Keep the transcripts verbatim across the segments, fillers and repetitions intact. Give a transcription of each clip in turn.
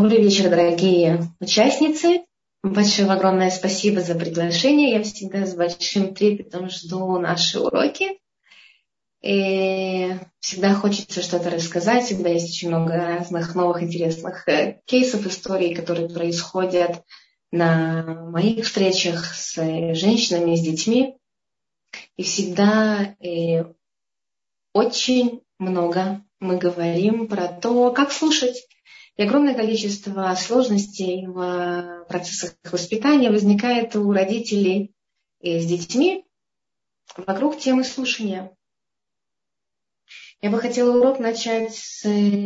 Добрый вечер, дорогие участницы. Большое огромное спасибо за приглашение. Я всегда с большим трепетом жду наши уроки. И всегда хочется что-то рассказать. Всегда есть очень много разных новых интересных кейсов, историй, которые происходят на моих встречах с женщинами, с детьми. И всегда и очень много мы говорим про то, как слушать. И огромное количество сложностей в процессах воспитания возникает у родителей с детьми вокруг темы слушания. Я бы хотела урок начать с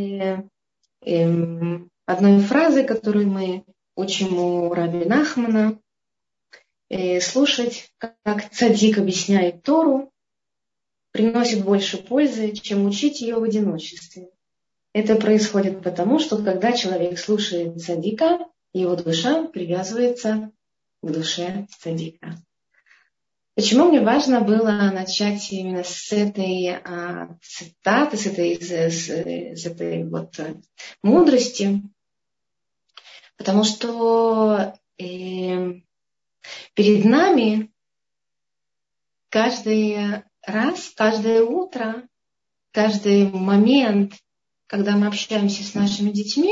эм, одной фразы, которую мы учим у Раби Нахмана. Э, слушать, как цадик объясняет Тору, приносит больше пользы, чем учить ее в одиночестве. Это происходит потому, что когда человек слушает цадика, его душа привязывается к душе цадика. Почему мне важно было начать именно с этой а, цитаты, с этой, с, с этой вот мудрости? Потому что э, перед нами каждый раз, каждое утро, каждый момент, когда мы общаемся с нашими детьми,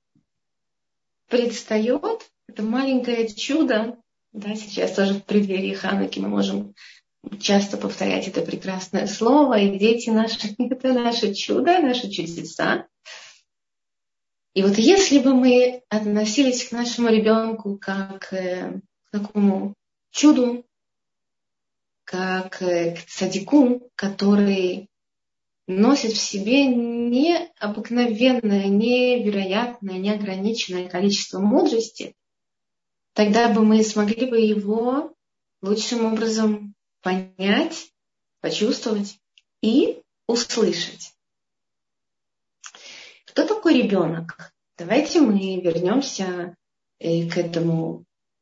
предстает это маленькое чудо. Да, сейчас тоже в преддверии Хануки мы можем часто повторять это прекрасное слово. И дети наши – это наше чудо, наши чудеса. И вот если бы мы относились к нашему ребенку как к такому чуду, как к цадику, который носит в себе необыкновенное, невероятное, неограниченное количество мудрости, тогда бы мы смогли бы его лучшим образом понять, почувствовать и услышать. Кто такой ребенок? Давайте мы вернемся к этому,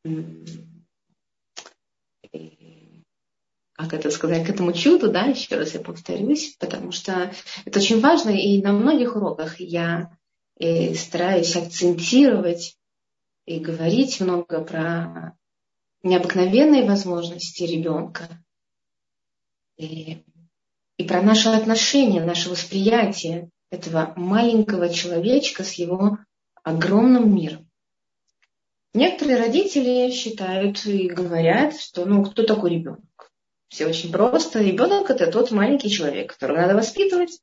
как это сказать, к этому чуду, да, еще раз я повторюсь, потому что это очень важно, и на многих уроках я стараюсь акцентировать и говорить много про необыкновенные возможности ребенка и, и про наши отношения, наше восприятие этого маленького человечка с его огромным миром. Некоторые родители считают и говорят, что ну кто такой ребенок? Все очень просто. Ребенок – это тот маленький человек, которого надо воспитывать.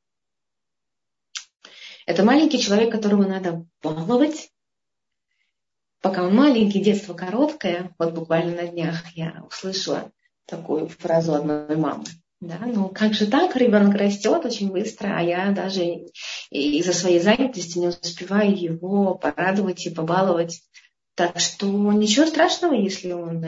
Это маленький человек, которого надо баловать. Пока он маленький, детство короткое. Вот буквально на днях я услышала такую фразу одной мамы. Да, ну как же так? Ребенок растет очень быстро, а я даже из-за своей занятости не успеваю его порадовать и побаловать. Так что ничего страшного, если он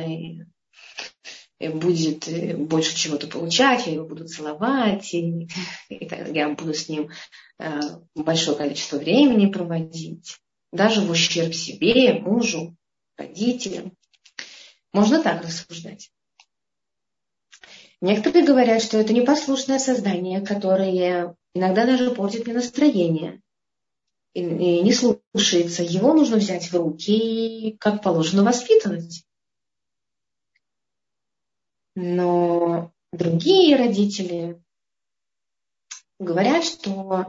будет больше чего-то получать, я его буду целовать, и, и так, я буду с ним э, большое количество времени проводить, даже в ущерб себе, мужу, родителям. Можно так рассуждать. Некоторые говорят, что это непослушное создание, которое иногда даже портит мне настроение и, и не слушается. Его нужно взять в руки и, как положено, воспитывать. Но другие родители говорят, что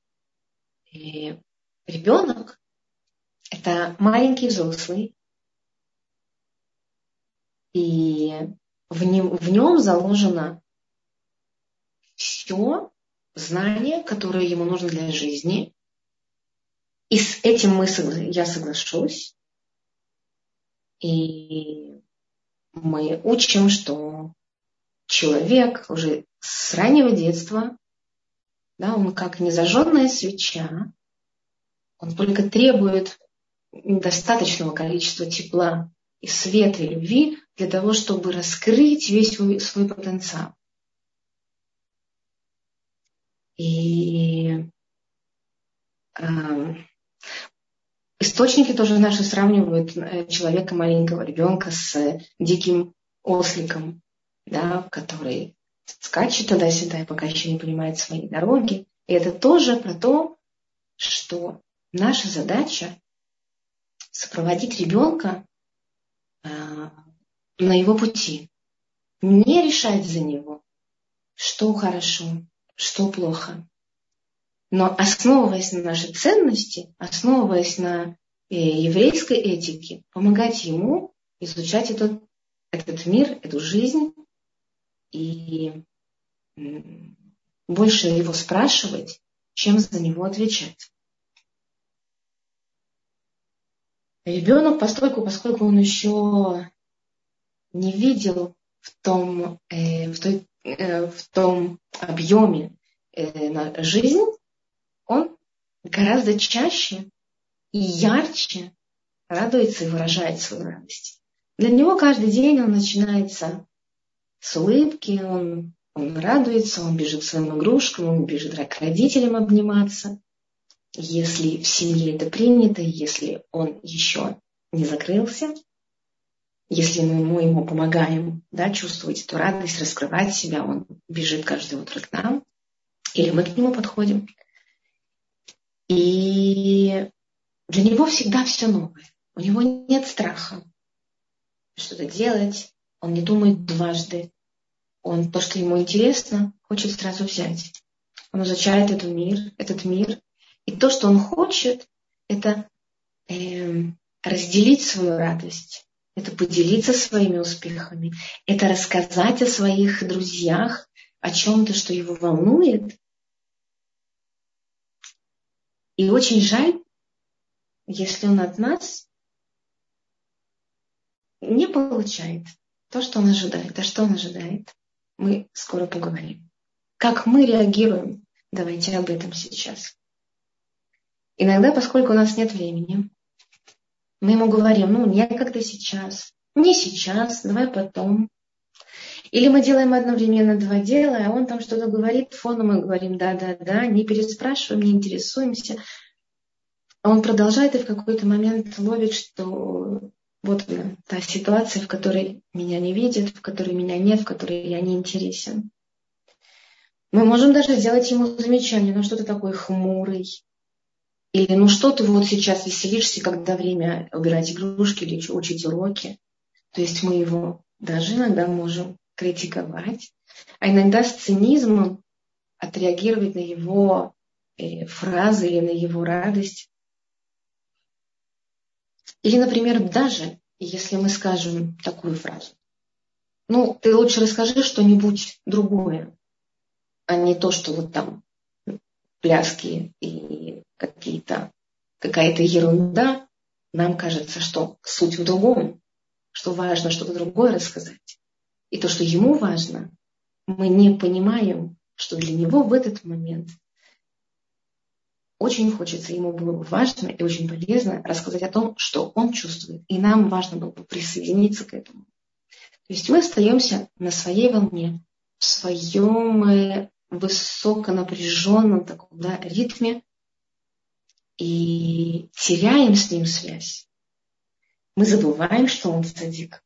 ребенок – это маленький взрослый, и в нем, в нем заложено все знание, которое ему нужно для жизни. И с этим мы, я соглашусь. И мы учим, что человек уже с раннего детства, да, он как незажженная свеча, он только требует достаточного количества тепла и света, и любви для того, чтобы раскрыть весь свой, свой потенциал. И э, источники тоже наши сравнивают человека, маленького ребенка, с диким осликом, да, который скачет туда-сюда и пока еще не понимает своей дороги. И это тоже про то, что наша задача сопроводить ребенка э, на его пути, не решать за него, что хорошо, что плохо. Но основываясь на нашей ценности, основываясь на э, еврейской этике, помогать ему изучать этот, этот мир, эту жизнь и м, больше его спрашивать, чем за него отвечать. Ребенок, поскольку, поскольку он еще не видел в том, э, в той, э, в том объеме э, на жизнь, он гораздо чаще и ярче радуется и выражает свою радость. Для него каждый день он начинается с улыбки, он, он радуется, он бежит к своим игрушкам, он бежит к родителям обниматься. Если в семье это принято, если он еще не закрылся, если мы ему, ему помогаем, да, чувствовать эту радость, раскрывать себя, он бежит каждое утро к нам, или мы к нему подходим. И для него всегда все новое. У него нет страха что-то делать, он не думает дважды. Он то, что ему интересно, хочет сразу взять. Он изучает этот мир, этот мир. И то, что он хочет, это э, разделить свою радость, это поделиться своими успехами, это рассказать о своих друзьях, о чем-то, что его волнует. И очень жаль, если он от нас не получает то, что он ожидает. А что он ожидает? Мы скоро поговорим. Как мы реагируем? Давайте об этом сейчас. Иногда, поскольку у нас нет времени, мы ему говорим, ну, некогда сейчас, не сейчас, давай потом. Или мы делаем одновременно два дела, а он там что-то говорит, фоном мы говорим да-да-да, не переспрашиваем, не интересуемся. А он продолжает и в какой-то момент ловит, что вот она, та ситуация, в которой меня не видят, в которой меня нет, в которой я не интересен. Мы можем даже сделать ему замечание, ну что ты такой хмурый, или ну что ты вот сейчас веселишься, когда время убирать игрушки или учить уроки. То есть мы его даже иногда можем критиковать, а иногда с цинизмом отреагировать на его э, фразы или на его радость. Или, например, даже если мы скажем такую фразу, ну, ты лучше расскажи что-нибудь другое, а не то, что вот там пляски и какие-то, какая-то ерунда. Нам кажется, что суть в другом, что важно что-то другое рассказать. И то, что ему важно, мы не понимаем, что для него в этот момент очень хочется, ему было бы важно и очень полезно рассказать о том, что он чувствует. И нам важно было бы присоединиться к этому. То есть мы остаемся на своей волне, в своем высоконапряженном таком, да, ритме и теряем с ним связь. Мы забываем, что он цадик.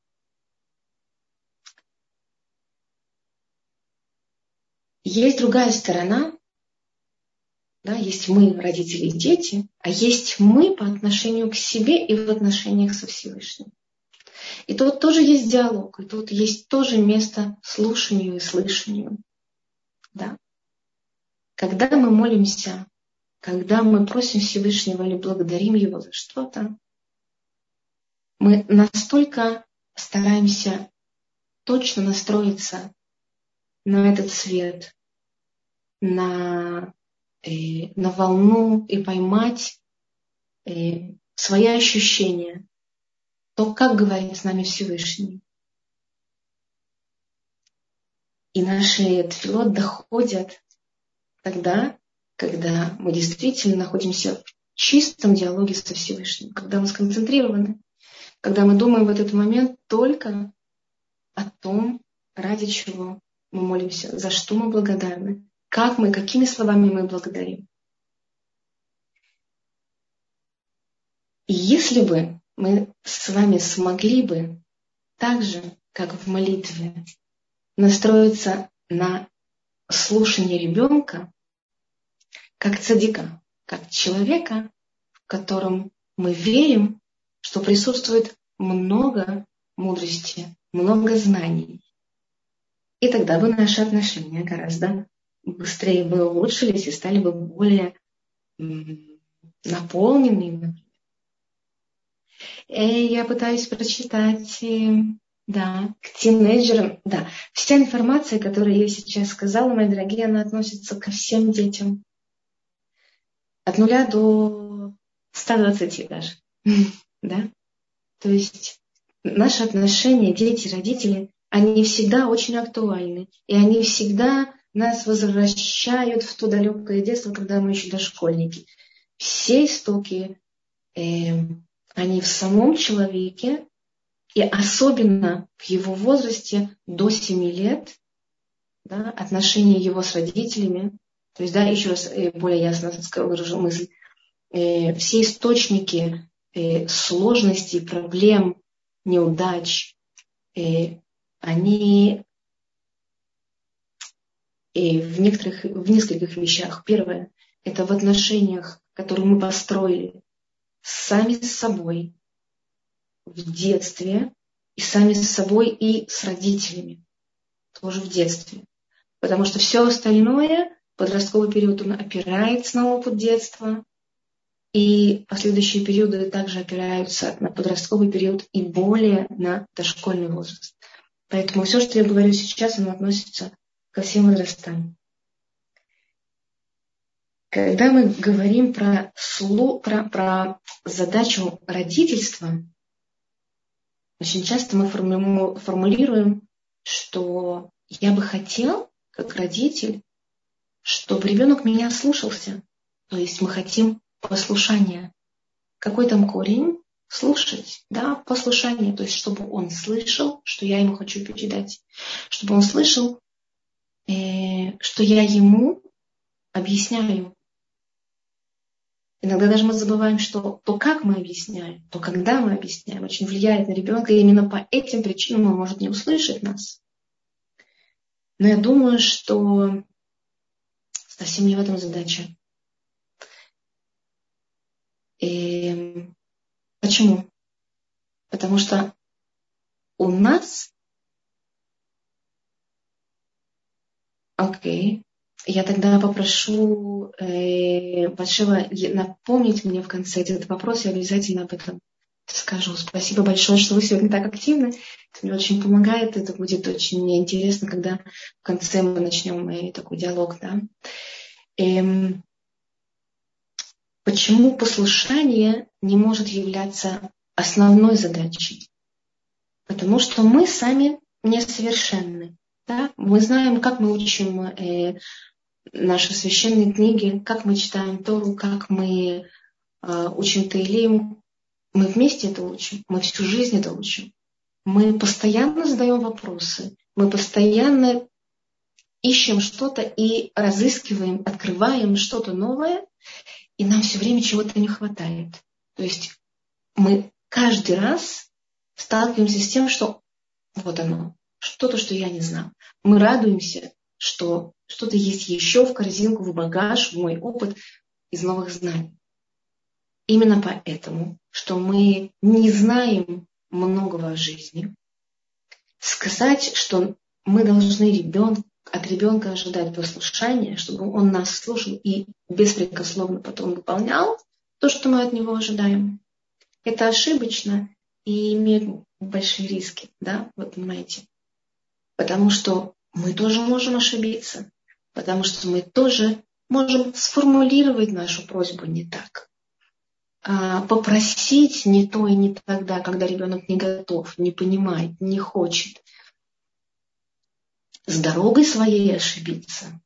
Есть другая сторона. Да, есть мы, родители и дети, а есть мы по отношению к себе и в отношениях со Всевышним. И тут тоже есть диалог, и тут есть тоже место слушанию и слышанию. Да. Когда мы молимся, когда мы просим Всевышнего или благодарим Его за что-то, мы настолько стараемся точно настроиться на этот свет, на, э, на волну и поймать э, свои ощущения, то, как говорит с нами Всевышний. И наши тфилот доходят тогда, когда мы действительно находимся в чистом диалоге со Всевышним, когда мы сконцентрированы, когда мы думаем в этот момент только о том, ради чего мы молимся, за что мы благодарны, как мы, какими словами мы благодарим. И если бы мы с вами смогли бы так же, как в молитве, настроиться на слушание ребенка, как цадика, как человека, в котором мы верим, что присутствует много мудрости, много знаний. И тогда бы наши отношения гораздо быстрее бы улучшились и стали бы более м, наполненными. И я пытаюсь прочитать, э, да, к тинейджерам. Да, вся информация, которую я сейчас сказала, мои дорогие, она относится ко всем детям. От нуля до ста двадцати даже. Да? То есть наши отношения, дети, родители, они всегда очень актуальны. И они всегда нас возвращают в то далекое детство, когда мы еще дошкольники. Все истоки, э, они в самом человеке, и особенно в его возрасте до семи лет, да, отношения его с родителями. То есть, да, еще раз э, более ясно выражу мысль. Э, все источники э, сложностей, проблем, неудач, э, они э, в некоторых, в нескольких вещах. Первое – это в отношениях, которые мы построили сами с собой в детстве, и сами с собой и с родителями тоже в детстве. Потому что все остальное, подростковый период, он опирается на опыт детства, и последующие периоды также опираются на подростковый период и более на дошкольный возраст. Поэтому все, что я говорю сейчас, оно относится ко всем возрастам. Когда мы говорим про, слу, про, про задачу родительства, очень часто мы формулируем, что я бы хотел, как родитель, чтобы ребенок меня слушался. То есть мы хотим послушания. Какой там корень? Слушать, да, послушание. То есть чтобы он слышал, что я ему хочу передать. Чтобы он слышал, э, что я ему объясняю. Иногда даже мы забываем, что то, как мы объясняем, то, когда мы объясняем, очень влияет на ребенка. И именно по этим причинам он может не услышать нас. Но я думаю, что совсем не в этом задача. И почему? Потому что у нас... Окей. Я тогда попрошу э, Батшева напомнить мне в конце этот вопрос, я обязательно об этом скажу. Спасибо большое, что вы сегодня так активны. Это мне очень помогает. Это будет очень интересно, когда в конце мы начнем э, такой диалог. Да? Эм, почему послушание не может являться основной задачей? Потому что мы сами несовершенны. Да? Мы знаем, как мы учим э, наши священные книги, как мы читаем Тору, как мы э, учим Теилим. Мы вместе это учим, мы всю жизнь это учим. Мы постоянно задаем вопросы, мы постоянно ищем что-то и разыскиваем, открываем что-то новое, и нам все время чего-то не хватает. То есть мы каждый раз сталкиваемся с тем, что вот оно, что-то, что я не знал. Мы радуемся, что что-то есть еще в корзинку, в багаж, в мой опыт из новых знаний. Именно поэтому, что мы не знаем многого о жизни, сказать, что мы должны ребен... от ребенка ожидать послушания, чтобы он нас слушал и беспрекословно потом выполнял то, что мы от него ожидаем, это ошибочно и имеет большие риски, да, вы понимаете. Потому что мы тоже можем ошибиться, потому что мы тоже можем сформулировать нашу просьбу не так. Попросить не то и не тогда, когда ребенок не готов, не понимает, не хочет. С дорогой своей ошибиться.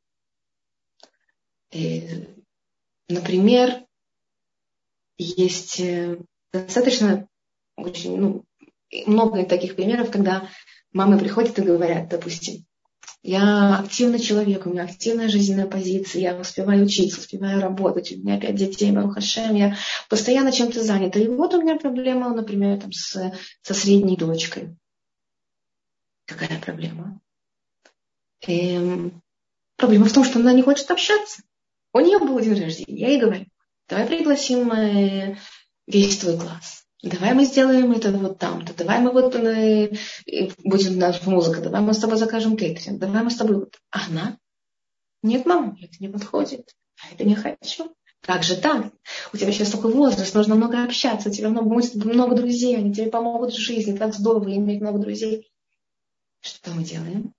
Например, есть достаточно очень, ну, много таких примеров, когда мамы приходят и говорят, допустим, я активный человек, у меня активная жизненная позиция, я успеваю учиться, успеваю работать, у меня пять детей, Барух Ашем, я постоянно чем-то занята. И вот у меня проблема, например, там, с, со средней дочкой. Какая проблема? Эм, проблема в том, что она не хочет общаться. У нее был день рождения, я ей говорю, давай пригласим э, весь твой класс. Давай мы сделаем это вот там-то. Давай мы вот э, э, будет у нас музыка. Давай мы с тобой закажем кейтеринг. Давай мы с тобой... вот». А она? Нет, мама, это не подходит. Я это не хочу. Как же так? У тебя сейчас такой возраст, нужно много общаться, у тебя много, будет много друзей, они тебе помогут в жизни, так здорово иметь много друзей. Что мы делаем?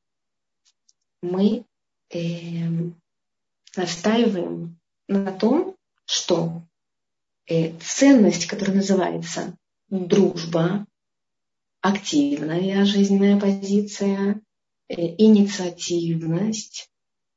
Мы эм, настаиваем на том, что э, ценность, которая называется дружба, активная жизненная позиция, э, инициативность,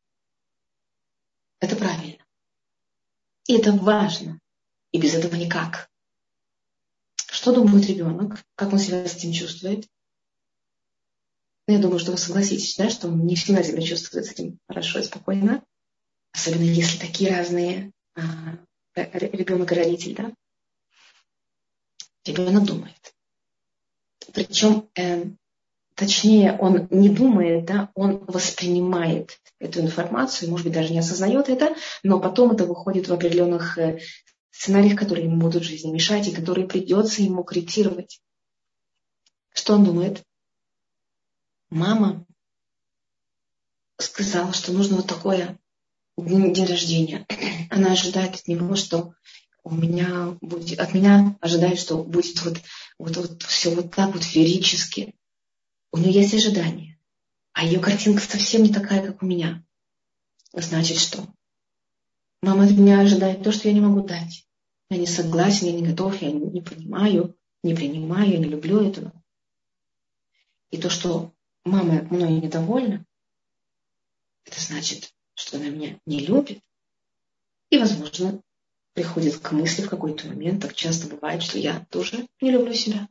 это правильно. И это важно. И без этого никак. Что думает ребенок? Как он себя с этим чувствует? Ну, я думаю, что вы согласитесь, да, что он не всегда себя чувствует с этим хорошо и спокойно. Особенно если такие разные а, ребенок и родитель, да? Ребенок думает. Причем, э, точнее, он не думает, да, он воспринимает эту информацию, может быть, даже не осознает это, но потом это выходит в определенных э, сценариях, которые ему будут в жизни мешать и которые придется ему корректировать. Что он думает? Мама сказала, что нужно вот такое день рождения. Она ожидает от него, что у меня будет, от меня ожидает, что будет вот, вот, вот все вот так вот феерически. У нее есть ожидания. А ее картинка совсем не такая, как у меня. Значит, что? Мама от меня ожидает то, что я не могу дать. Я не согласен, я не готов, я не понимаю, не принимаю, я не люблю этого. И то, что мама мной недовольна, это значит, что она меня не любит. И, возможно, приходит к мысли в какой-то момент, так часто бывает, что я тоже не люблю себя.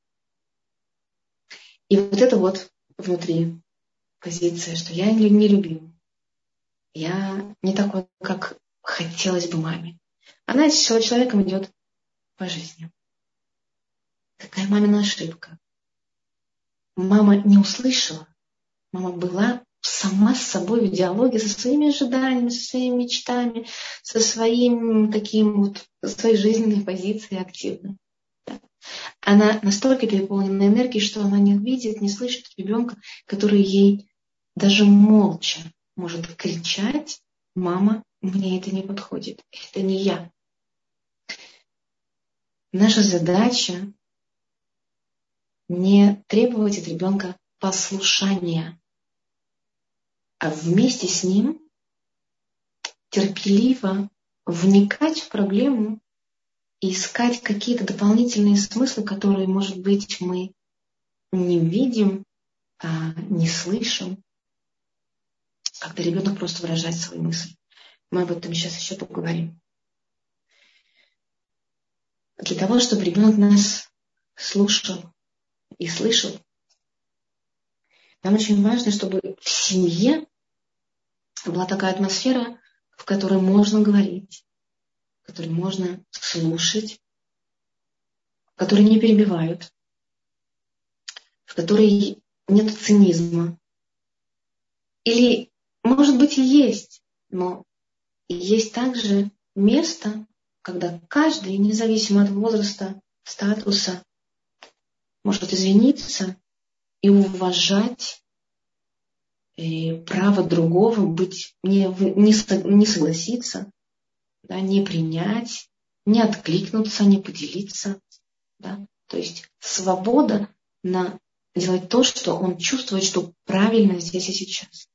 И вот это вот внутри позиция, что я не любим. Я не такой, как хотелось бы маме. Она с человеком идет по жизни. Какая мамина ошибка? Мама не услышала. Мама была сама с собой в диалоге со своими ожиданиями, со своими мечтами, со своим таким вот, своей жизненной позицией активной. Да. Она настолько переполнена энергией, что она не видит, не слышит ребенка, который ей даже молча может кричать: «Мама, мне это не подходит, это не я». Наша задача не требовать от ребенка послушания, а вместе с ним терпеливо вникать в проблему и искать какие-то дополнительные смыслы, которые, может быть, мы не видим, а не слышим, когда ребенок просто выражает свои мысли. Мы об этом сейчас еще поговорим. Для того, чтобы ребенок нас слушал и слышал, нам очень важно, чтобы в семье была такая атмосфера, в которой можно говорить, в которой можно слушать, в которой не перебивают, в которой нет цинизма. Или, может быть, и есть, но есть также место, когда каждый, независимо от возраста, статуса, может извиниться и уважать и право другого быть, не, не, не согласиться, да, не принять, не откликнуться, не поделиться. Да. То есть свобода на делать то, что он чувствует, что правильно здесь и сейчас.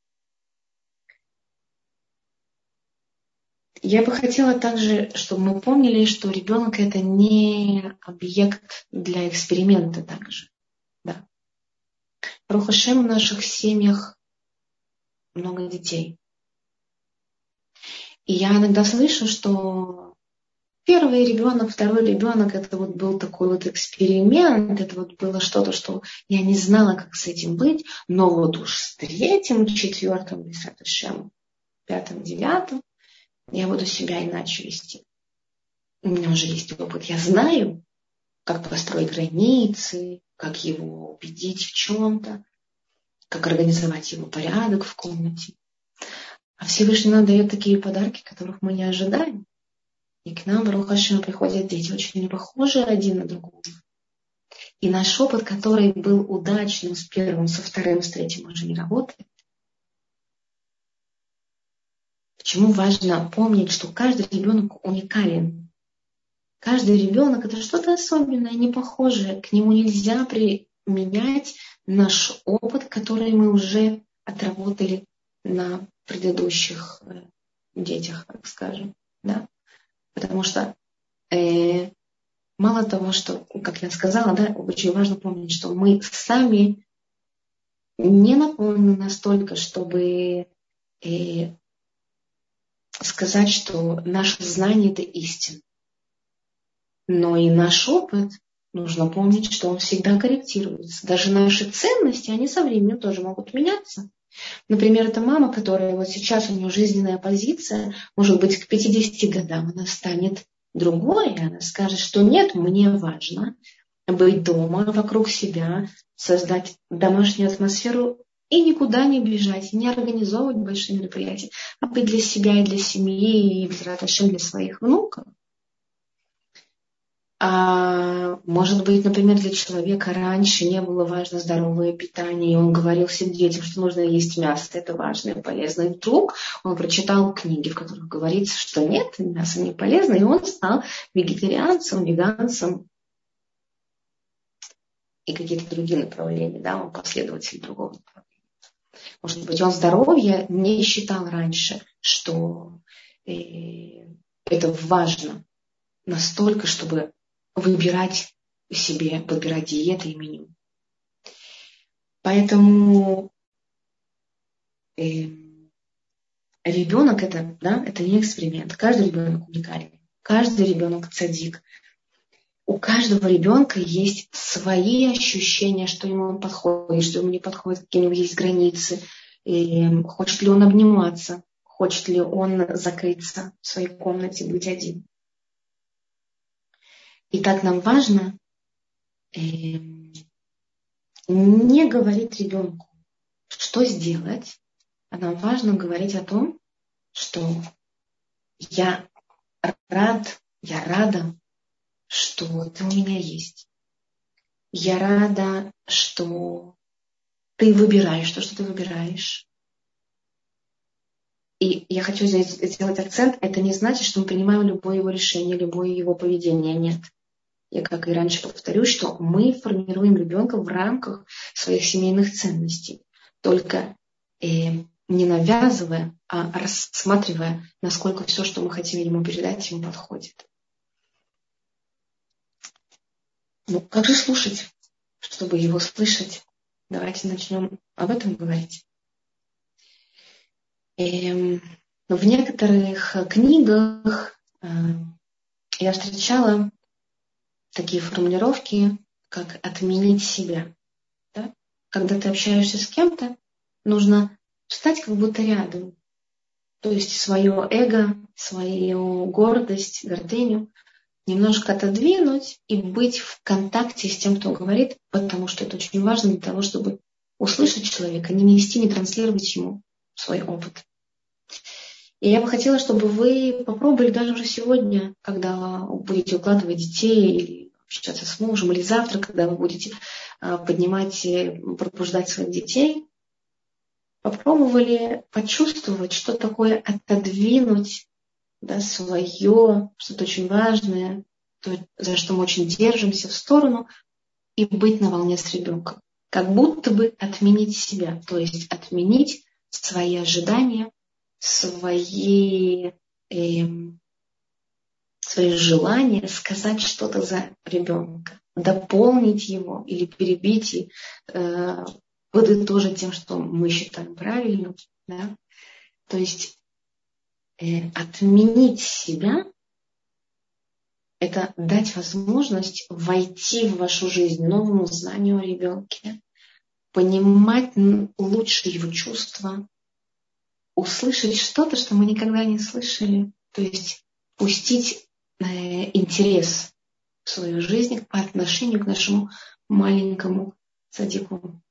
Я бы хотела также, чтобы мы помнили, что ребенок — это не объект для эксперимента также. Да. Барух ха-Шем, в наших семьях много детей. И я иногда слышу, что первый ребенок, второй ребенок — это вот был такой вот эксперимент, это вот было что-то, что я не знала, как с этим быть, но вот уж с третьим, четвертым, бисат ха-Шем, пятым, девятым я буду себя иначе вести. У меня уже есть опыт. Я знаю, как построить границы, как его убедить в чем-то, как организовать его порядок в комнате. А Всевышний нам дает такие подарки, которых мы не ожидаем. И к нам, Барух Ашем, приходят дети очень похожие один на другого. И наш опыт, который был удачным с первым, со вторым, с третьим уже не работает. Почему важно помнить, что каждый ребенок уникален. Каждый ребенок — это что-то особенное, не похожее. К нему нельзя применять наш опыт, который мы уже отработали на предыдущих детях, так скажем. Да? Потому что э, мало того, что, как я сказала, да, очень важно помнить, что мы сами не наполнены настолько, чтобы э, сказать, что наше знание — это истина. Но и наш опыт, нужно помнить, что он всегда корректируется. Даже наши ценности, они со временем тоже могут меняться. Например, это мама, которая вот сейчас у нее жизненная позиция, может быть, к пятидесяти годам она станет другой, она скажет, что нет, мне важно быть дома, вокруг себя, создать домашнюю атмосферу и никуда не бежать, не организовывать большие мероприятия, а быть для себя и для семьи, и для своих внуков. А может быть, например, для человека раньше не было важно здоровое питание, и он говорил всем детям, что нужно есть мясо, это важно и полезно. И вдруг он прочитал книги, в которых говорится, что нет, мясо не полезно, и он стал вегетарианцем, веганцем и какие-то другие направления, да, он последователь другого направления. Может быть, он здоровье не считал раньше, что э, это важно настолько, чтобы выбирать себе, выбирать диеты и меню. Поэтому э, ребенок это, да, это не эксперимент. Каждый ребенок уникален. Каждый ребенок цадик. У каждого ребенка есть свои ощущения, что ему подходит, что ему не подходит, какие у него есть границы. И хочет ли он обниматься, хочет ли он закрыться в своей комнате, быть один. И так нам важно э, не говорить ребенку, что сделать, а нам важно говорить о том, что я рад, я рада, что ты у меня есть. Я рада, что ты выбираешь то, что ты выбираешь. И я хочу здесь сделать акцент. Это не значит, что мы принимаем любое его решение, любое его поведение. Нет. Я, как и раньше, повторю, что мы формируем ребенка в рамках своих семейных ценностей. Только э, не навязывая, а рассматривая, насколько все, что мы хотим ему передать, ему подходит. Ну, как же слушать, чтобы его слышать? Давайте начнем об этом говорить. И в некоторых книгах э, я встречала такие формулировки, как «отменить себя». Да? Когда ты общаешься с кем-то, нужно встать как будто рядом. То есть свое эго, свою гордость, гордыню немножко отодвинуть и быть в контакте с тем, кто говорит, потому что это очень важно для того, чтобы услышать человека, не нести, не транслировать ему свой опыт. И я бы хотела, чтобы вы попробовали даже уже сегодня, когда будете укладывать детей или общаться с мужем, или завтра, когда вы будете поднимать, пробуждать своих детей, попробовали почувствовать, что такое отодвинуть, да, свое, что-то очень важное, то, за что мы очень держимся, в сторону, и быть на волне с ребенком. Как будто бы отменить себя, то есть отменить свои ожидания, свои, э, свои желания сказать что-то за ребенка, дополнить его или перебить и э, подытожить тем, что мы считаем правильным. Да? То есть э, отменить себя — это дать возможность войти в вашу жизнь новому знанию о ребенке, понимать лучше его чувства, услышать что-то, что мы никогда не слышали. То есть пустить э, интерес в свою жизнь по отношению к нашему маленькому садику.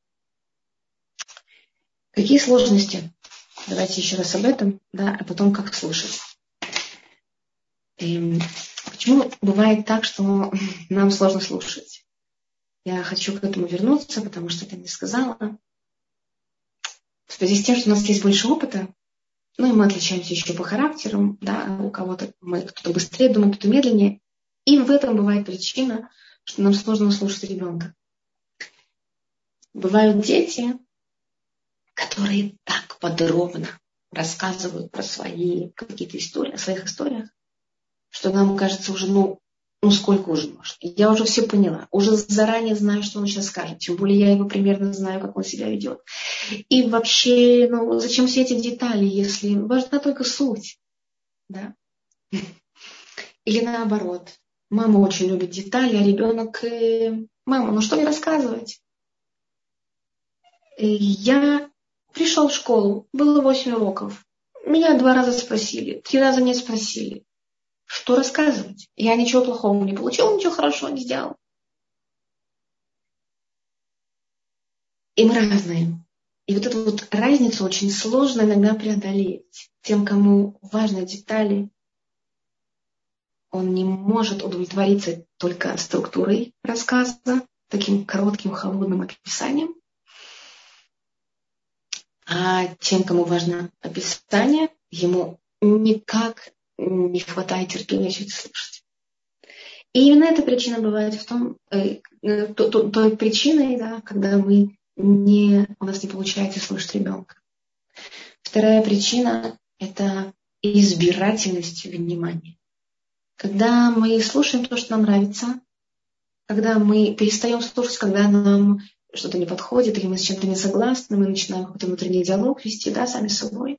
Какие сложности? Давайте еще раз об этом, да, а потом как слушать. И почему бывает так, что нам сложно слушать? Я хочу к этому вернуться, потому что ты мне сказала. В связи с тем, что у нас есть больше опыта, ну и мы отличаемся еще по характерам, да, у кого-то мы, кто-то быстрее думает, кто-то медленнее. И в этом бывает причина, что нам сложно слушать ребенка. Бывают дети, которые так подробно рассказывают про свои какие-то истории, о своих историях, что нам кажется уже, ну, ну сколько уже может. Я уже все поняла, уже заранее знаю, что он сейчас скажет. Тем более я его примерно знаю, как он себя ведет. И вообще, ну, зачем все эти детали, если важна только суть, да? Или наоборот. Мама очень любит детали, а ребенок... Э, мама, ну что мне рассказывать? И я пришел в школу, было восемь уроков. Меня два раза спросили, три раза не спросили. Что рассказывать? Я ничего плохого не получил, ничего хорошего не сделал. И мы разные. И вот эту вот разницу очень сложно иногда преодолеть. Тем, кому важны детали, он не может удовлетвориться только структурой рассказа, таким коротким, холодным описанием. А тем, кому важно описание, ему никак не хватает терпения все это слушать. И именно эта причина бывает в том, э, то, то, той причиной, да, когда мы не, у нас не получается слушать ребенка. Вторая причина – это избирательность внимания. Когда мы слушаем то, что нам нравится, когда мы перестаем слушать, когда нам что-то не подходит, или мы с чем-то не согласны, мы начинаем какой-то внутренний диалог вести, да, сами с собой.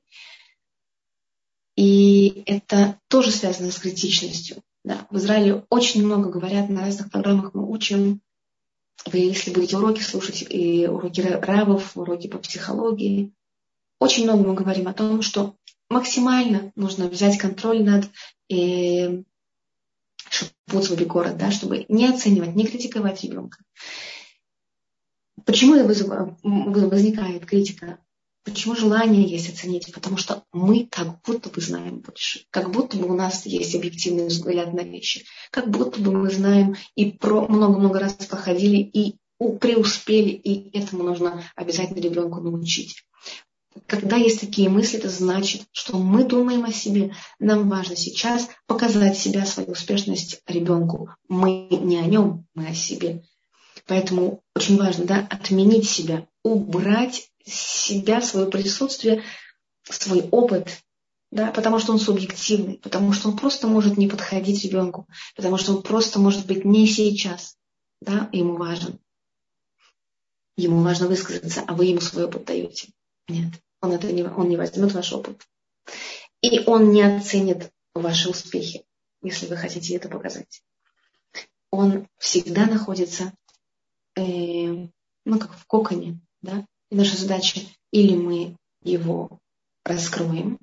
И это тоже связано с критичностью. Да. В Израиле очень много говорят, на разных программах мы учим. Вы, если будете уроки слушать, и уроки равов, уроки по психологии, очень много мы говорим о том, что максимально нужно взять контроль над э, шапуц бикорот, да, чтобы не оценивать, не критиковать ребенка. Почему возникает критика? Почему желание есть оценить? Потому что мы как будто бы знаем больше. Как будто бы у нас есть объективный взгляд на вещи. Как будто бы мы знаем и про много-много раз проходили, и преуспели, и этому нужно обязательно ребенку научить. Когда есть такие мысли, это значит, что мы думаем о себе. Нам важно сейчас показать себя, свою успешность ребенку. Мы не о нем, мы о себе. Поэтому очень важно, да, отменить себя, убрать себя, свое присутствие, свой опыт, да, потому что он субъективный, потому что он просто может не подходить ребенку, потому что он просто может быть не сейчас, да, ему важен. Ему важно высказаться, а вы ему свой опыт даете. Нет, он, это не, он не возьмет ваш опыт. И он не оценит ваши успехи, если вы хотите это показать. Он всегда находится Э, ну, как в коконе, да, и наша задача или мы его раскроем,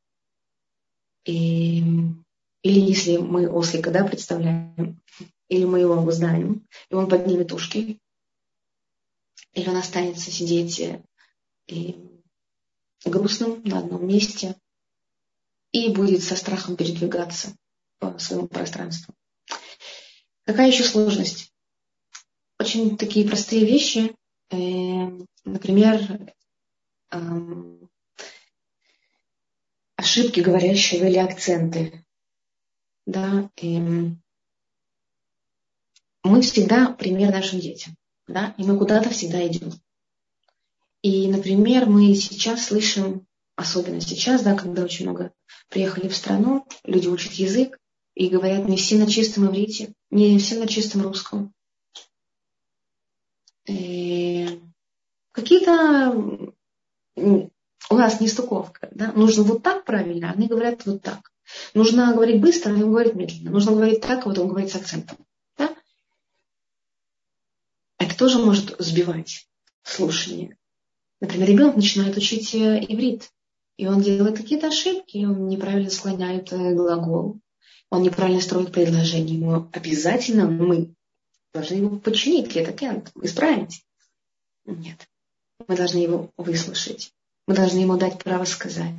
и, или если мы ослика, да, представляем, или мы его обуздаем, и он поднимет ушки, или он останется сидеть и грустным на одном месте и будет со страхом передвигаться по своему пространству. Какая еще сложность? Очень такие простые вещи, э, например, э, ошибки говорящего или акценты. Да, э, мы всегда пример нашим детям, да, и мы куда-то всегда идем. И, например, мы сейчас слышим, особенно сейчас, да, когда очень много приехали в страну, люди учат язык и говорят не все на чистом иврите, не все на чистом русском. Какие-то у нас нестыковка. Да? Нужно вот так правильно, а они говорят вот так. Нужно говорить быстро, а они говорят медленно. Нужно говорить так, а вот он говорит с акцентом. Да? Это тоже может сбивать слушание. Например, ребенок начинает учить иврит, и он делает какие-то ошибки, он неправильно склоняет глагол, он неправильно строит предложение. Ему обязательно мы должны его починить, это исправить. Нет. Мы должны его выслушать. Мы должны ему дать право сказать.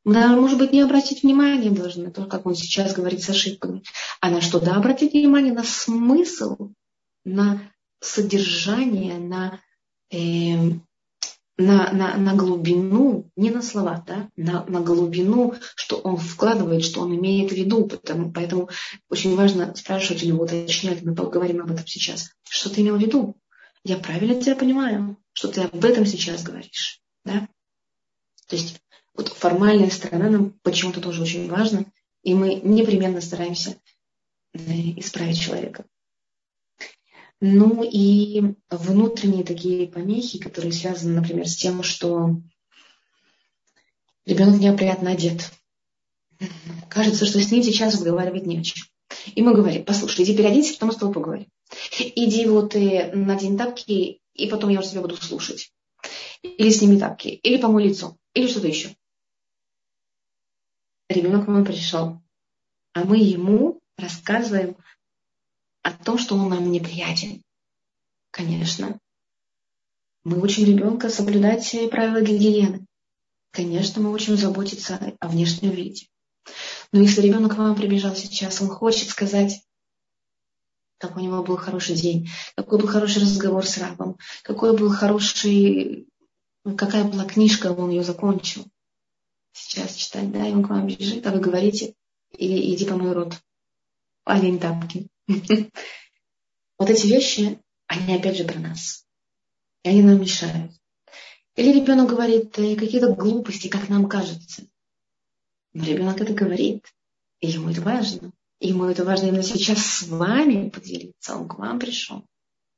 Да, может быть, не обратить внимание должны, то, как он сейчас говорит с ошибками. А на что? Да, обратить внимание на смысл, на содержание, на, э, на, на, на глубину, не на слова, да, на, на глубину, что он вкладывает, что он имеет в виду. Потому, поэтому очень важно спрашивать у него, уточнять, мы поговорим об этом сейчас. Что ты имел в виду? Я правильно тебя понимаю, что ты об этом сейчас говоришь. Да? То есть вот формальная сторона нам почему-то тоже очень важна, и мы непременно стараемся исправить человека. Ну и внутренние такие помехи, которые связаны, например, с тем, что ребенок неопрятно одет. Кажется, что с ним сейчас разговаривать не о чем. И мы говорим: послушай, иди переоденься, потом с тобой поговорим. Иди вот и надень тапки, и потом я уже тебя буду слушать. Или сними тапки, или помой лицо, или что-то еще. Ребенок к нам пришел, а мы ему рассказываем о том, что он нам неприятен. Конечно. Мы учим ребенка соблюдать правила гигиены. Конечно, мы учим заботиться о внешнем виде. Но если ребенок к вам прибежал сейчас, он хочет сказать, какой у него был хороший день, какой был хороший разговор с рабом, какой был хороший, какая была книжка, он ее закончил. Сейчас читать, да, и он к вам бежит, а вы говорите: или иди помой рот, олень тапки. Вот эти вещи, они опять же про нас. И они нам мешают. Или ребенок говорит какие-то глупости, как нам кажется. Но ребенок это говорит, и ему это важно. И ему это важно именно сейчас с вами поделиться. Он к вам пришел.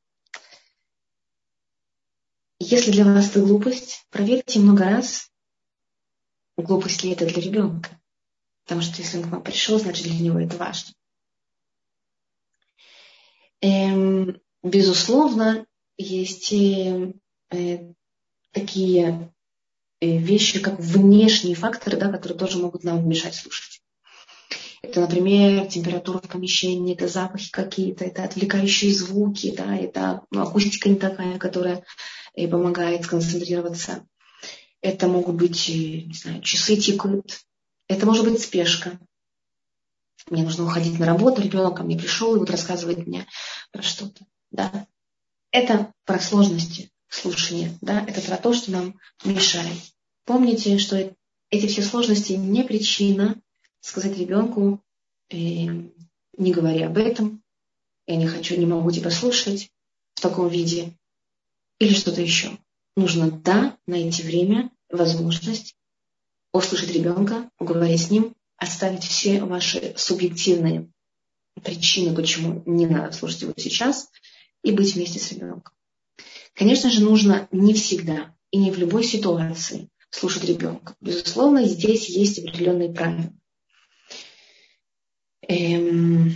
Если для вас это глупость, проверьте много раз, глупость ли это для ребенка. Потому что если он к вам пришел, значит для него это важно. Эм, безусловно, есть э, э, такие э, вещи, как внешние факторы, да, которые тоже могут нам мешать слушать. Это, например, температура в помещении, это запахи какие-то, это отвлекающие звуки, да, это ну, акустика не такая, которая э, помогает сконцентрироваться. Это могут быть, не знаю, часы тикают. Это может быть спешка. Мне нужно уходить на работу, ребенок ко мне пришел и вот рассказывает мне про что-то. Да. Это про сложности слушания. Да. Это про то, что нам мешает. Помните, что эти все сложности не причина сказать ребенку: э, не говори об этом, я не хочу, не могу тебя слушать в таком виде. Или что-то еще. Нужно, да, найти время, возможность услышать ребенка, поговорить с ним, оставить все ваши субъективные причины, почему не надо слушать его сейчас, и быть вместе с ребенком. Конечно же, нужно не всегда и не в любой ситуации слушать ребенка. Безусловно, здесь есть определенные правила. Эм...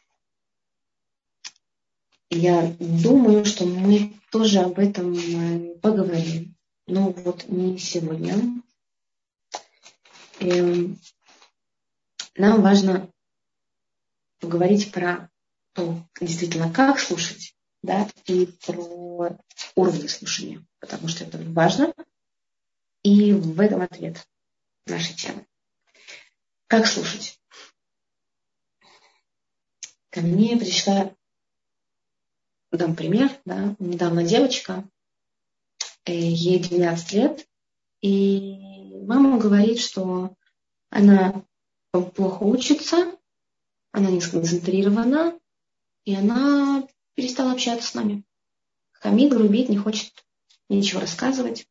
Я думаю, что мы тоже об этом поговорим. Но вот не сегодня. Эм... Нам важно поговорить про то, действительно, как слушать, да, и про уровни слушания, потому что это важно. И в этом ответ нашей темы. Как слушать? Ко мне пришла, дам пример, да, недавно девочка, ей двенадцать лет, и мама говорит, что она плохо учится, она не сконцентрирована, и она перестала общаться с нами. Хамит, грубит, не хочет ничего рассказывать.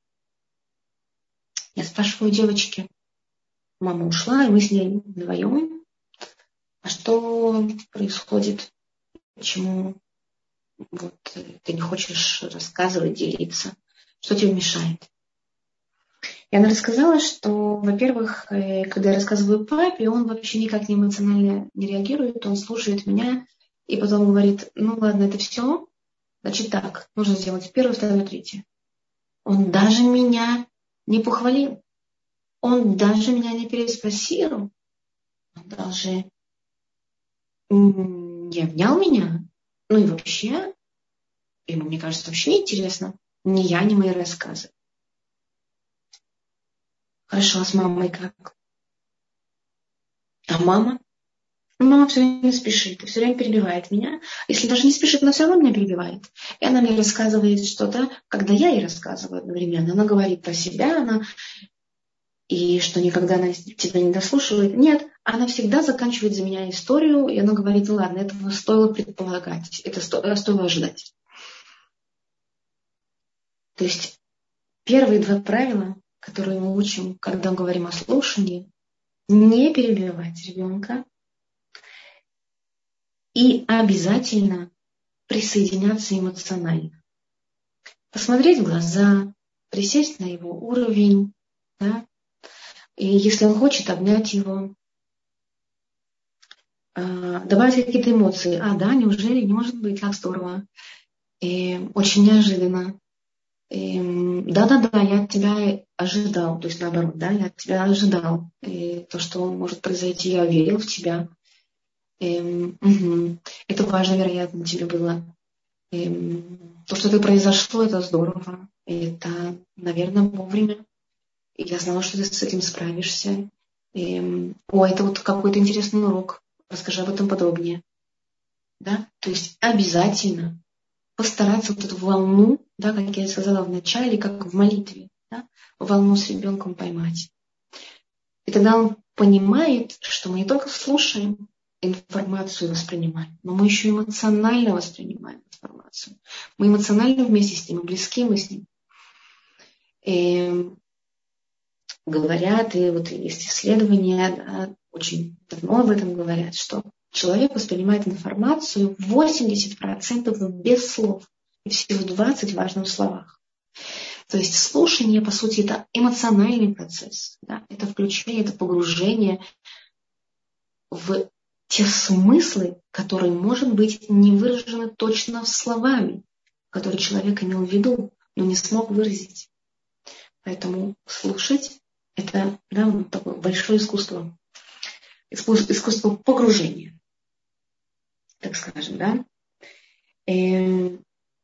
Я спрашиваю девочки, мама ушла, и мы с ней вдвоем. А что происходит? Почему вот, ты не хочешь рассказывать, делиться? Что тебе мешает? И она рассказала, что, во-первых, когда я рассказываю папе, он вообще никак не эмоционально не реагирует, он слушает меня и потом говорит: ну ладно, это все, значит так, нужно сделать первое, второе, третье. Он даже меня не похвалил, он даже меня не переспросил, он даже не обнял меня. Ну и вообще, ему, мне кажется, вообще не интересно ни я, ни мои рассказы. Хорошо, а с мамой как? А мама? Мама все время спешит, все время перебивает меня. Если даже не спешит, она все равно меня перебивает. И она мне рассказывает что-то, когда я ей рассказываю одновременно. Она говорит про себя, она и что никогда она тебя не дослушивает. Нет, она всегда заканчивает за меня историю, и она говорит: ну ладно, этого стоило предполагать, это сто, стоило ожидать. То есть первые два правила, которые мы учим, когда мы говорим о слушании: не перебивать ребенка и обязательно присоединяться эмоционально. Посмотреть в глаза, присесть на его уровень, да? И если он хочет, обнять его, добавить какие-то эмоции. А, да, неужели? Не может быть, так здорово. И очень неожиданно. И, да-да-да, я от тебя ожидал. То есть наоборот, да, я от тебя ожидал. И то, что может произойти, я верил в тебя. И, угу. Это важно, вероятно, тебе было. И, то, что это произошло, это здорово. И это, наверное, вовремя. И я знала, что ты с этим справишься. И, о, это вот какой-то интересный урок. Расскажи об этом подробнее. Да? То есть обязательно постараться вот эту волну, да, как я сказала в начале, как в молитве, да, волну с ребенком поймать. И тогда он понимает, что мы не только слушаем информацию, воспринимаем, но мы еще эмоционально воспринимаем информацию. Мы эмоционально вместе с ним, близки мы с ним. И говорят, и вот есть исследования, да, очень давно об этом говорят, что человек воспринимает информацию восемьдесят процентов без слов и всего двадцать процентов в важных словах. То есть слушание, по сути, это эмоциональный процесс. Да? Это включение, это погружение в те смыслы, которые, может быть, не выражены точно словами, которые человек имел в виду, но не смог выразить. Поэтому слушать – это, да, вот такое большое искусство. Искусство погружения, так скажем, да. И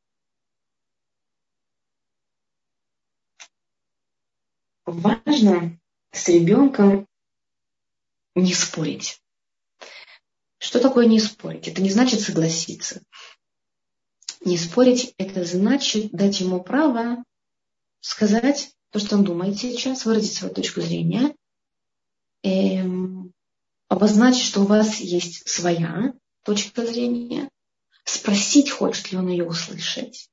важно с ребенком не спорить. Что такое не спорить? Это не значит согласиться. Не спорить – это значит дать ему право сказать то, что он думает сейчас, выразить свою точку зрения, и обозначить, что у вас есть своя точка зрения, спросить, хочет ли он ее услышать.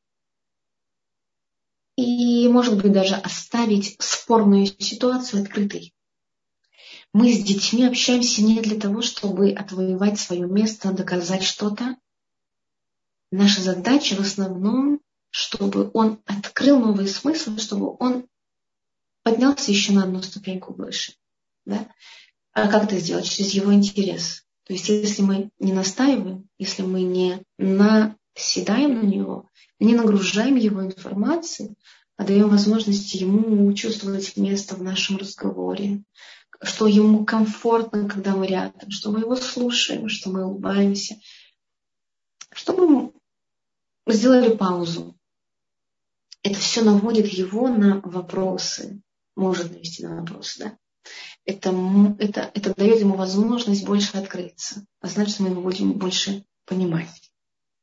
И, может быть, даже оставить спорную ситуацию открытой. Мы с детьми общаемся не для того, чтобы отвоевать свое место, доказать что-то. Наша задача в основном, чтобы он открыл новые смыслы, чтобы он поднялся еще на одну ступеньку выше. Да? А как это сделать? Через его интерес. То есть, если мы не настаиваем, если мы не наседаем на него, не нагружаем его информацией, а даем возможность ему чувствовать место в нашем разговоре, что ему комфортно, когда мы рядом, что мы его слушаем, что мы улыбаемся, чтобы мы сделали паузу. Это все наводит его на вопросы, может навести на вопросы, да? Это, это, это дает ему возможность больше открыться, а значит, мы его будем больше понимать.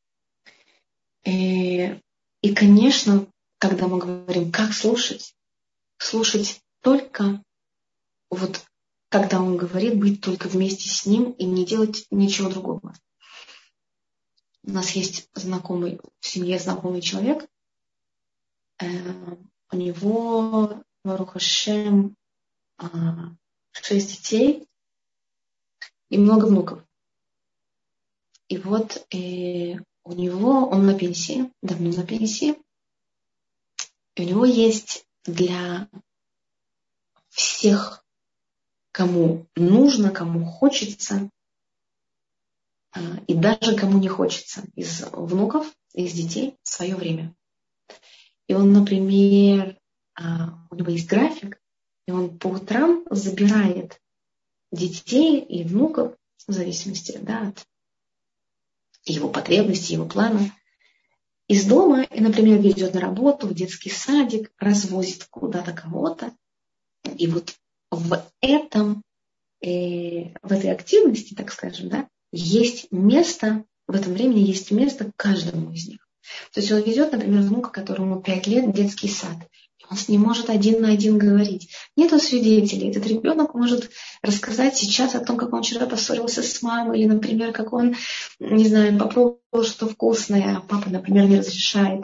И, и, конечно, когда мы говорим, как слушать, слушать только, вот, когда он говорит, быть только вместе с ним и не делать ничего другого. У нас есть знакомый, в семье знакомый человек, э, у него, Барух ха-Шем, э, шесть детей и много внуков. И вот э, у него, он на пенсии, давно на пенсии, и у него есть для всех, кому нужно, кому хочется, э, и даже кому не хочется, из внуков, из детей, свое время. И он, например, э, у него есть график, и он по утрам забирает детей и внуков, в зависимости, да, от его потребностей, его плана, из дома и, например, ведет на работу, в детский садик, развозит куда-то кого-то. И вот в этом, э, в этой активности, так скажем, да, есть место, в этом времени есть место каждому из них. То есть он ведет, например, внука, которому пять лет, в детский сад. Он не может один на один говорить. Нету свидетелей. Этот ребенок может рассказать сейчас о том, как он вчера поссорился с мамой, или, например, как он, не знаю, попробовал что-то вкусное, а папа, например, не разрешает.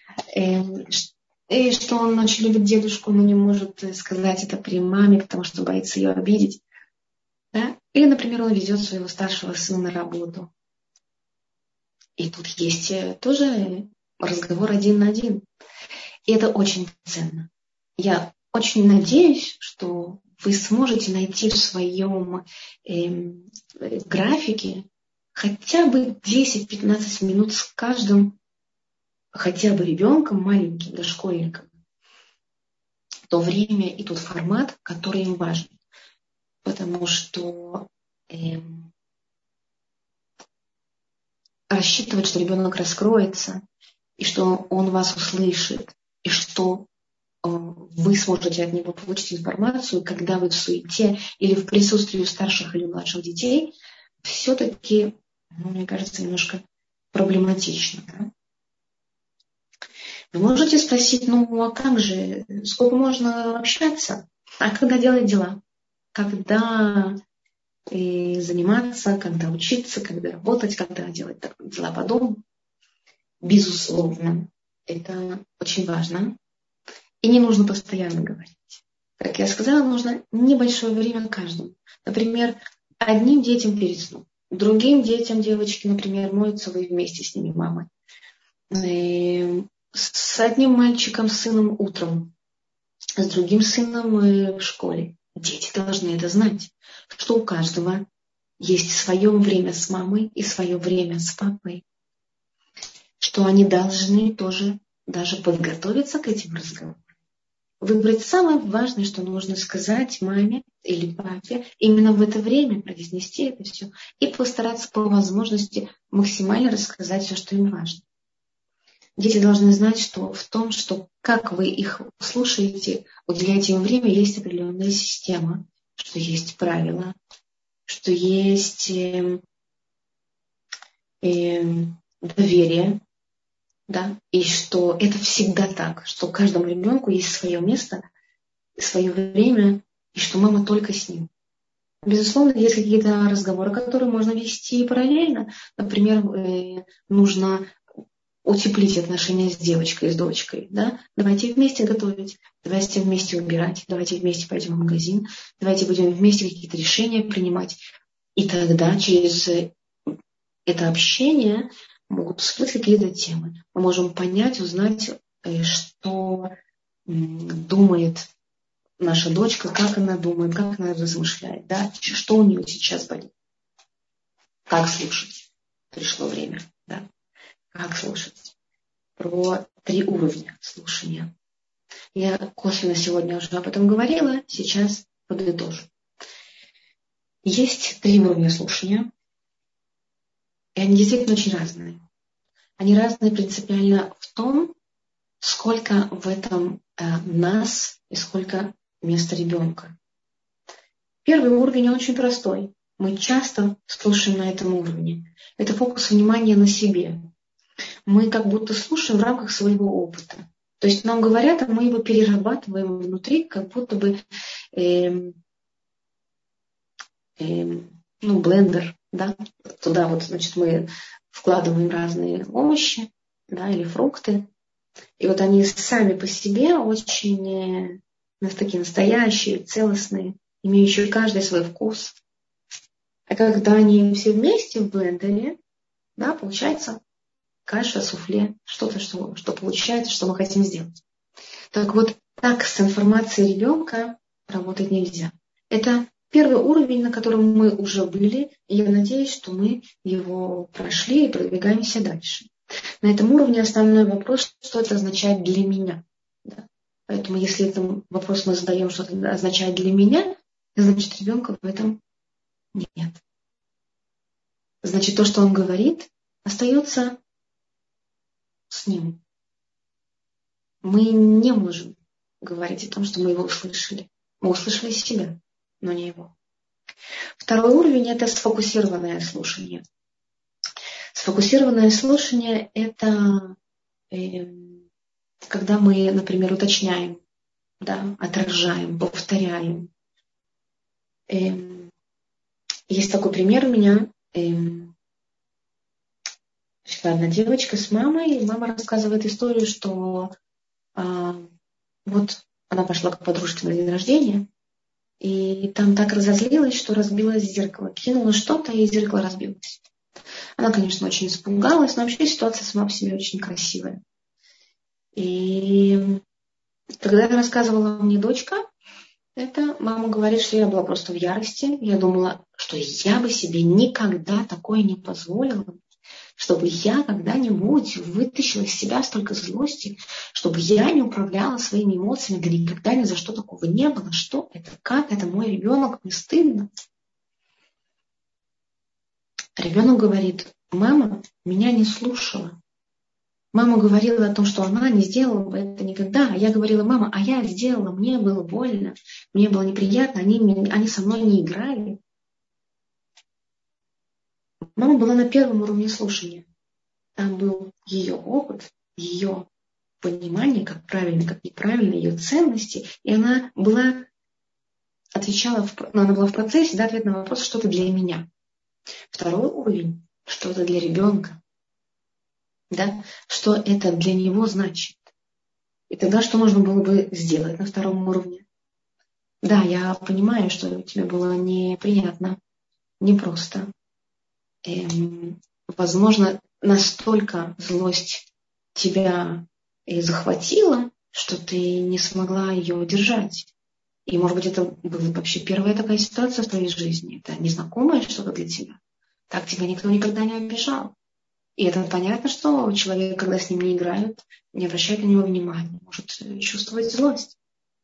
И что он очень любит дедушку, но не может сказать это при маме, потому что боится ее обидеть. Да? Или, например, он везет своего старшего сына на работу. И тут есть тоже разговор один на один. И это очень ценно. Я очень надеюсь, что вы сможете найти в своем э, графике хотя бы десять-пятнадцать минут с каждым, хотя бы ребенком маленьким, дошкольником. То время и тот формат, который им важен. Потому что э, рассчитывать, что ребенок раскроется, и что он вас услышит, и что э, вы сможете от него получить информацию, когда вы в суете или в присутствии старших или младших детей, все-таки, ну, мне кажется, немножко проблематично. Да? Вы можете спросить, ну а как же, сколько можно общаться, а когда делать дела, когда и заниматься, когда учиться, когда работать, когда делать дела по дому. Безусловно, это очень важно. И не нужно постоянно говорить. Как я сказала, нужно небольшое время каждому. Например, одним детям перед сном, другим детям девочки, например, моются вы вместе с ними, мамой. И с одним мальчиком, сыном утром, с другим сыном в школе. Дети должны это знать, что у каждого есть свое время с мамой и свое время с папой, что они должны тоже даже подготовиться к этим разговорам. Выбрать самое важное, что нужно сказать маме или папе, именно в это время произнести это все и постараться по возможности максимально рассказать все, что им важно. Дети должны знать, что в том, что как вы их слушаете, уделяете им время, есть определенная система, что есть правила, что есть э, э, доверие, да, и что это всегда так, что каждому ребенку есть свое место, свое время, и что мама только с ним. Безусловно, есть какие-то разговоры, которые можно вести параллельно. Например, э, нужно утеплить отношения с девочкой, с дочкой. Да? Давайте вместе готовить, давайте вместе убирать, давайте вместе пойдем в магазин, давайте будем вместе какие-то решения принимать. И тогда через это общение могут всплыть какие-то темы. Мы можем понять, узнать, что думает наша дочка, как она думает, как она размышляет, да? Что у нее сейчас болит. Как слушать. Пришло время. Да? Как слушать. Про три уровня слушания. Я косвенно сегодня уже об этом говорила, сейчас подытожу. Есть три уровня слушания. И они действительно очень разные. Они разные принципиально в том, сколько в этом э, нас и сколько места ребенка. Первый уровень очень простой. Мы часто слушаем на этом уровне. Это фокус внимания на себе. Мы как будто слушаем в рамках своего опыта. То есть нам говорят, а мы его перерабатываем внутри, как будто бы э, э, ну, блендер. Да? Туда вот, значит, мы вкладываем разные овощи, да, или фрукты. И вот они сами по себе очень э, такие настоящие, целостные, имеющие каждый свой вкус. А когда они все вместе в блендере, да, получается каша, суфле, что-то, что, что получается, что мы хотим сделать. Так вот, так с информацией ребенка работать нельзя. Это первый уровень, на котором мы уже были, и я надеюсь, что мы его прошли и продвигаемся дальше. На этом уровне основной вопрос, что это означает для меня. Да? Поэтому если этот вопрос мы задаем, что это означает для меня, значит, ребенка в этом нет. Значит, то, что он говорит, остается с ним. Мы не можем говорить о том, что мы его услышали. Мы услышали себя, но не его. Второй уровень – это сфокусированное слушание. Сфокусированное слушание – это э, когда мы, например, уточняем, да, отражаем, повторяем. Э, есть такой пример у меня. Э, одна девочка с мамой, и мама рассказывает историю, что э, вот она пошла к подружке на день рождения, и там так разозлилась, что разбилось зеркало. Кинула что-то, и зеркало разбилось. Она, конечно, очень испугалась, но вообще ситуация сама по себе очень красивая. И когда рассказывала мне дочка, это мама говорит, что я была просто в ярости. Я думала, что я бы себе никогда такое не позволила, чтобы я когда-нибудь вытащила из себя столько злости, чтобы я не управляла своими эмоциями, да никогда ни за что такого не было. Что это? Как? Это мой ребенок, мне стыдно. Ребенок говорит: мама меня не слушала. Мама говорила о том, что она не сделала бы это никогда. А я говорила: мама, а я сделала, мне было больно, мне было неприятно, они, они со мной не играли. Мама была на первом уровне слушания. Там был ее опыт, ее понимание, как правильно, как неправильно, ее ценности. И она была, отвечала, в, ну, она была в процессе, да, ответ на вопрос, что-то для меня. Второй уровень, что-то для ребенка. Да, что это для него значит. И тогда что нужно было бы сделать на втором уровне? Да, я понимаю, что тебе было неприятно, непросто. Эм, возможно, настолько злость тебя и захватила, что ты не смогла ее удержать. И, может быть, это была вообще первая такая ситуация в твоей жизни. Это незнакомое что-то для тебя. Так тебя никто никогда не обижал. И это понятно, что человек, когда с ним не играют, не обращает на него внимания, может чувствовать злость.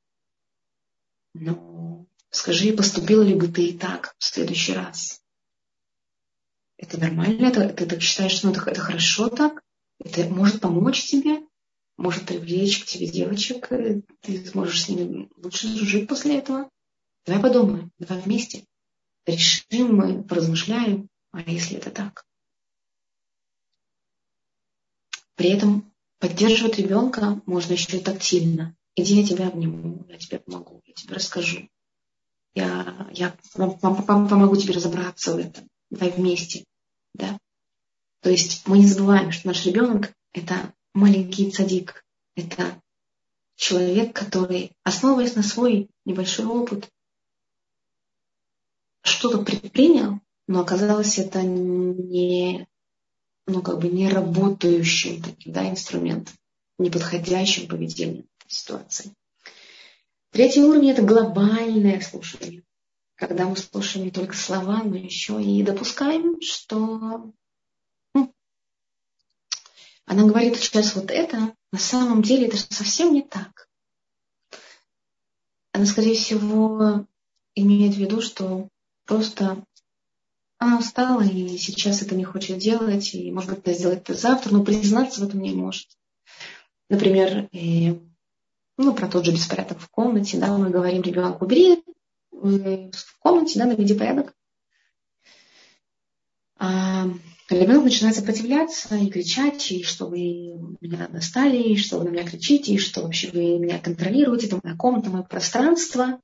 Но скажи, поступила ли бы ты и так в следующий раз? Это нормально? Это, ты так считаешь, что ну, это, это хорошо так? Это может помочь тебе? Может привлечь к тебе девочек? Ты сможешь с ними лучше жить после этого? Давай подумаем, давай вместе решим, мы поразмышляем, а если это так? При этом поддерживать ребенка можно еще и тактильно. Иди, я тебя обниму, я тебе помогу, я тебе расскажу. Я, я помогу тебе разобраться в этом. Давай вместе. Да? То есть мы не забываем, что наш ребенок – это маленький цадик. Это человек, который, основываясь на свой небольшой опыт, что-то предпринял, но оказалось это не, ну, как бы не работающим таким, да, инструментом, неподходящим поведением в ситуации. Третий уровень – это глобальное слушание. Когда мы слушаем не только слова, но еще и допускаем, что ну, она говорит сейчас вот это, на самом деле это совсем не так. Она, скорее всего, имеет в виду, что просто она устала и сейчас это не хочет делать, и, может быть, она сделает это завтра, но признаться в этом не может. Например, э, ну, про тот же беспорядок в комнате, да, мы говорим ребенку: убери в комнате, да, наведи порядок. А ребенок начинает сопротивляться и кричать, и что вы меня достали, и что вы на меня кричите, и что вообще вы меня контролируете, это моя комната, мое пространство.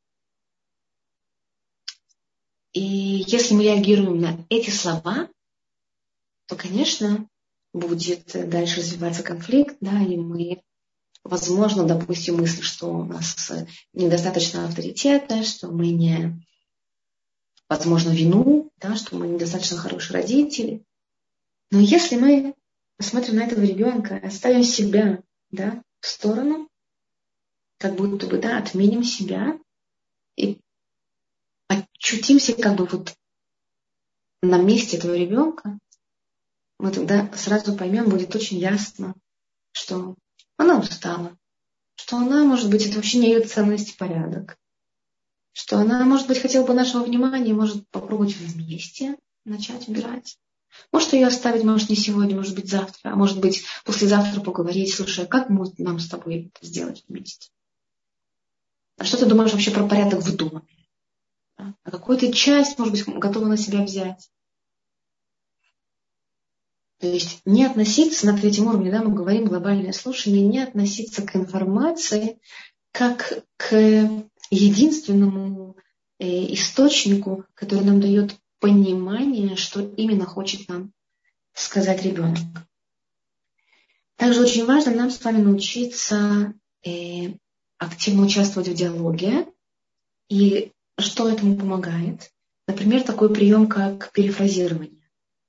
И если мы реагируем на эти слова, то, конечно, будет дальше развиваться конфликт, да, и мы, возможно, допустим мысль, что у нас недостаточно авторитета, что мы не, возможно, вину, да, что мы недостаточно хорошие родители. Но если мы посмотрим на этого ребенка, оставим себя, да, в сторону, как будто бы, да, отменим себя и очутимся как бы вот на месте этого ребенка, мы тогда сразу поймем, будет очень ясно, что она устала, что она, может быть, это вообще не ее ценность и порядок, что она, может быть, хотела бы нашего внимания, может попробовать вместе начать убирать. Может ее оставить, может не сегодня, может быть завтра, а может быть послезавтра поговорить: слушай, а как нам с тобой это сделать вместе? А что ты думаешь вообще про порядок в доме? А какую ты часть, может быть, готова на себя взять? То есть не относиться на третьем уровне, да, мы говорим глобальное слушание, не относиться к информации как к единственному э, источнику, который нам дает понимание, что именно хочет нам сказать ребенок. Также очень важно нам с вами научиться э, активно участвовать в диалоге. И что этому помогает? Например, такой прием, как перефразирование.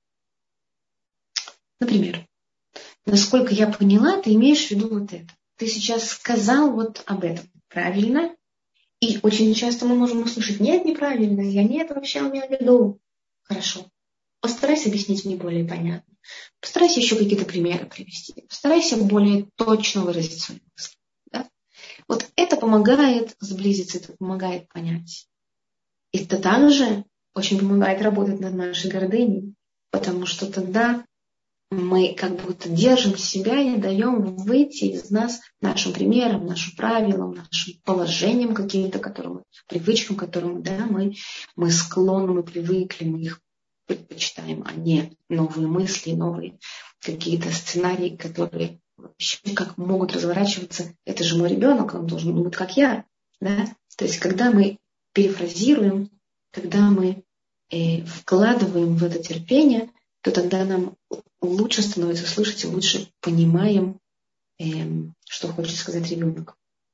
Например, насколько я поняла, ты имеешь в виду вот это. Ты сейчас сказал вот об этом. Правильно? И очень часто мы можем услышать: нет, неправильно, я не это вообще имела в виду. Хорошо. Постарайся объяснить мне более понятно. Постарайся еще какие-то примеры привести. Постарайся более точно выразить свои мысли. Да? Вот это помогает сблизиться, это помогает понять. И это также очень помогает работать над нашей гордыней, потому что тогда мы как будто держим себя и даем выйти из нас нашим примером, нашим правилам, нашим положением каким-то, которым, привычкам, которым да, мы, мы склонны, мы привыкли, мы их предпочитаем, а не новые мысли, новые какие-то сценарии, которые вообще как могут разворачиваться. Это же мой ребенок, он должен думать, как я. Да? То есть, когда мы перефразируем, когда мы э, вкладываем в это терпение, то тогда нам лучше становится слышать и лучше понимаем, э, что хочет сказать ребенок.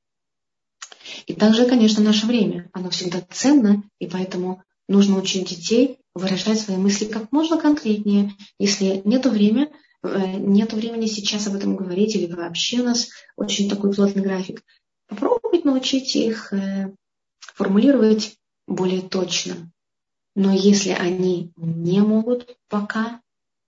И также, конечно, наше время. Оно всегда ценно, и поэтому нужно учить детей выражать свои мысли как можно конкретнее. Если нет времени, нет времени сейчас об этом говорить, или вообще у нас очень такой плотный график, попробуйте научить их формулировать более точно. Но если они не могут пока,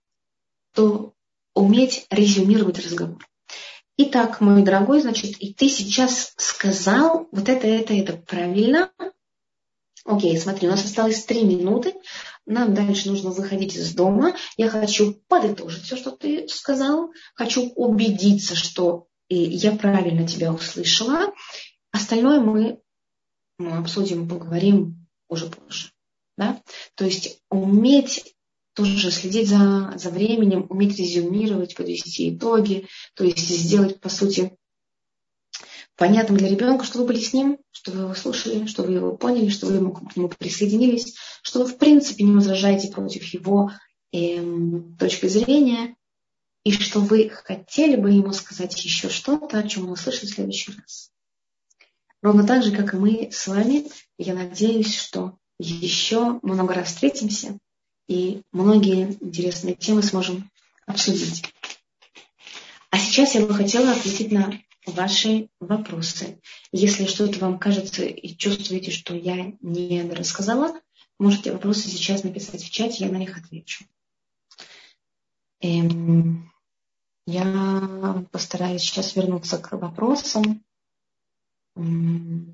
то уметь резюмировать разговор. Итак, мой дорогой, значит, и ты сейчас сказал вот это, это, это правильно. Окей, смотри, у нас осталось три минуты. Нам дальше нужно выходить из дома. Я хочу подытожить все, что ты сказал. Хочу убедиться, что я правильно тебя услышала. Остальное мы, мы обсудим, поговорим уже позже. Да? То есть уметь тоже следить за, за временем, уметь резюмировать, подвести итоги, то есть сделать, по сути, понятным для ребенка, что вы были с ним, что вы его слушали, что вы его поняли, что вы к нему присоединились, что вы, в принципе, не возражаете против его эм, точки зрения, и что вы хотели бы ему сказать еще что-то, о чем он услышит в следующий раз. Ровно так же, как и мы с вами, я надеюсь, что еще много раз встретимся, и многие интересные темы сможем обсудить. А сейчас я бы хотела ответить на ваши вопросы. Если что-то вам кажется и чувствуете, что я не рассказала, можете вопросы сейчас написать в чате, я на них отвечу. Эм, я постараюсь сейчас вернуться к вопросам. Эм,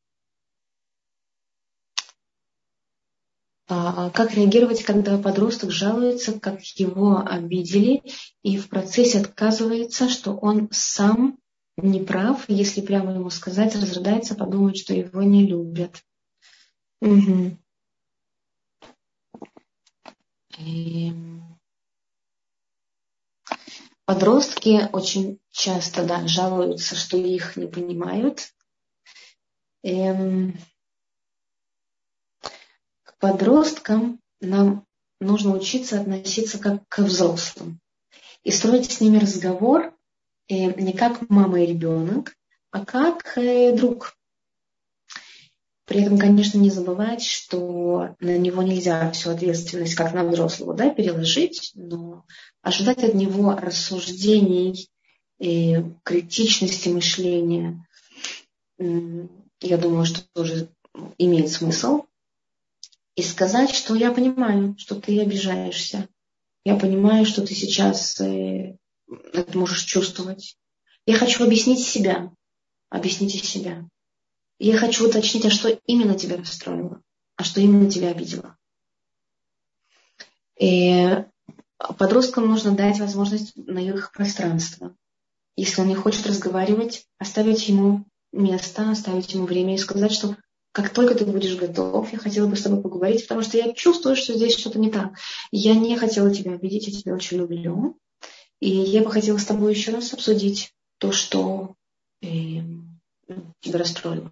Как реагировать, когда подросток жалуется, как его обидели, и в процессе отказывается, что он сам не прав, если прямо ему сказать, разрыдается, подумает, что его не любят. Угу. И подростки очень часто да, жалуются, что их не понимают. И к подросткам нам нужно учиться относиться как к взрослым и строить с ними разговор не как мама и ребенок, а как друг. При этом, конечно, не забывать, что на него нельзя всю ответственность, как на взрослого, да, переложить, но ожидать от него рассуждений, и критичности мышления, я думаю, что тоже имеет смысл. И сказать, что я понимаю, что ты обижаешься. Я понимаю, что ты сейчас это можешь чувствовать. Я хочу объяснить себя. Объясните себя. Я хочу уточнить, а что именно тебя расстроило, а что именно тебя обидело. И подросткам нужно дать возможность на их пространство. Если он не хочет разговаривать, оставить ему место, оставить ему время и сказать, что как только ты будешь готов, я хотела бы с тобой поговорить, потому что я чувствую, что здесь что-то не так. Я не хотела тебя обидеть, я тебя очень люблю. И я бы хотела с тобой еще раз обсудить то, что э, тебя расстроило.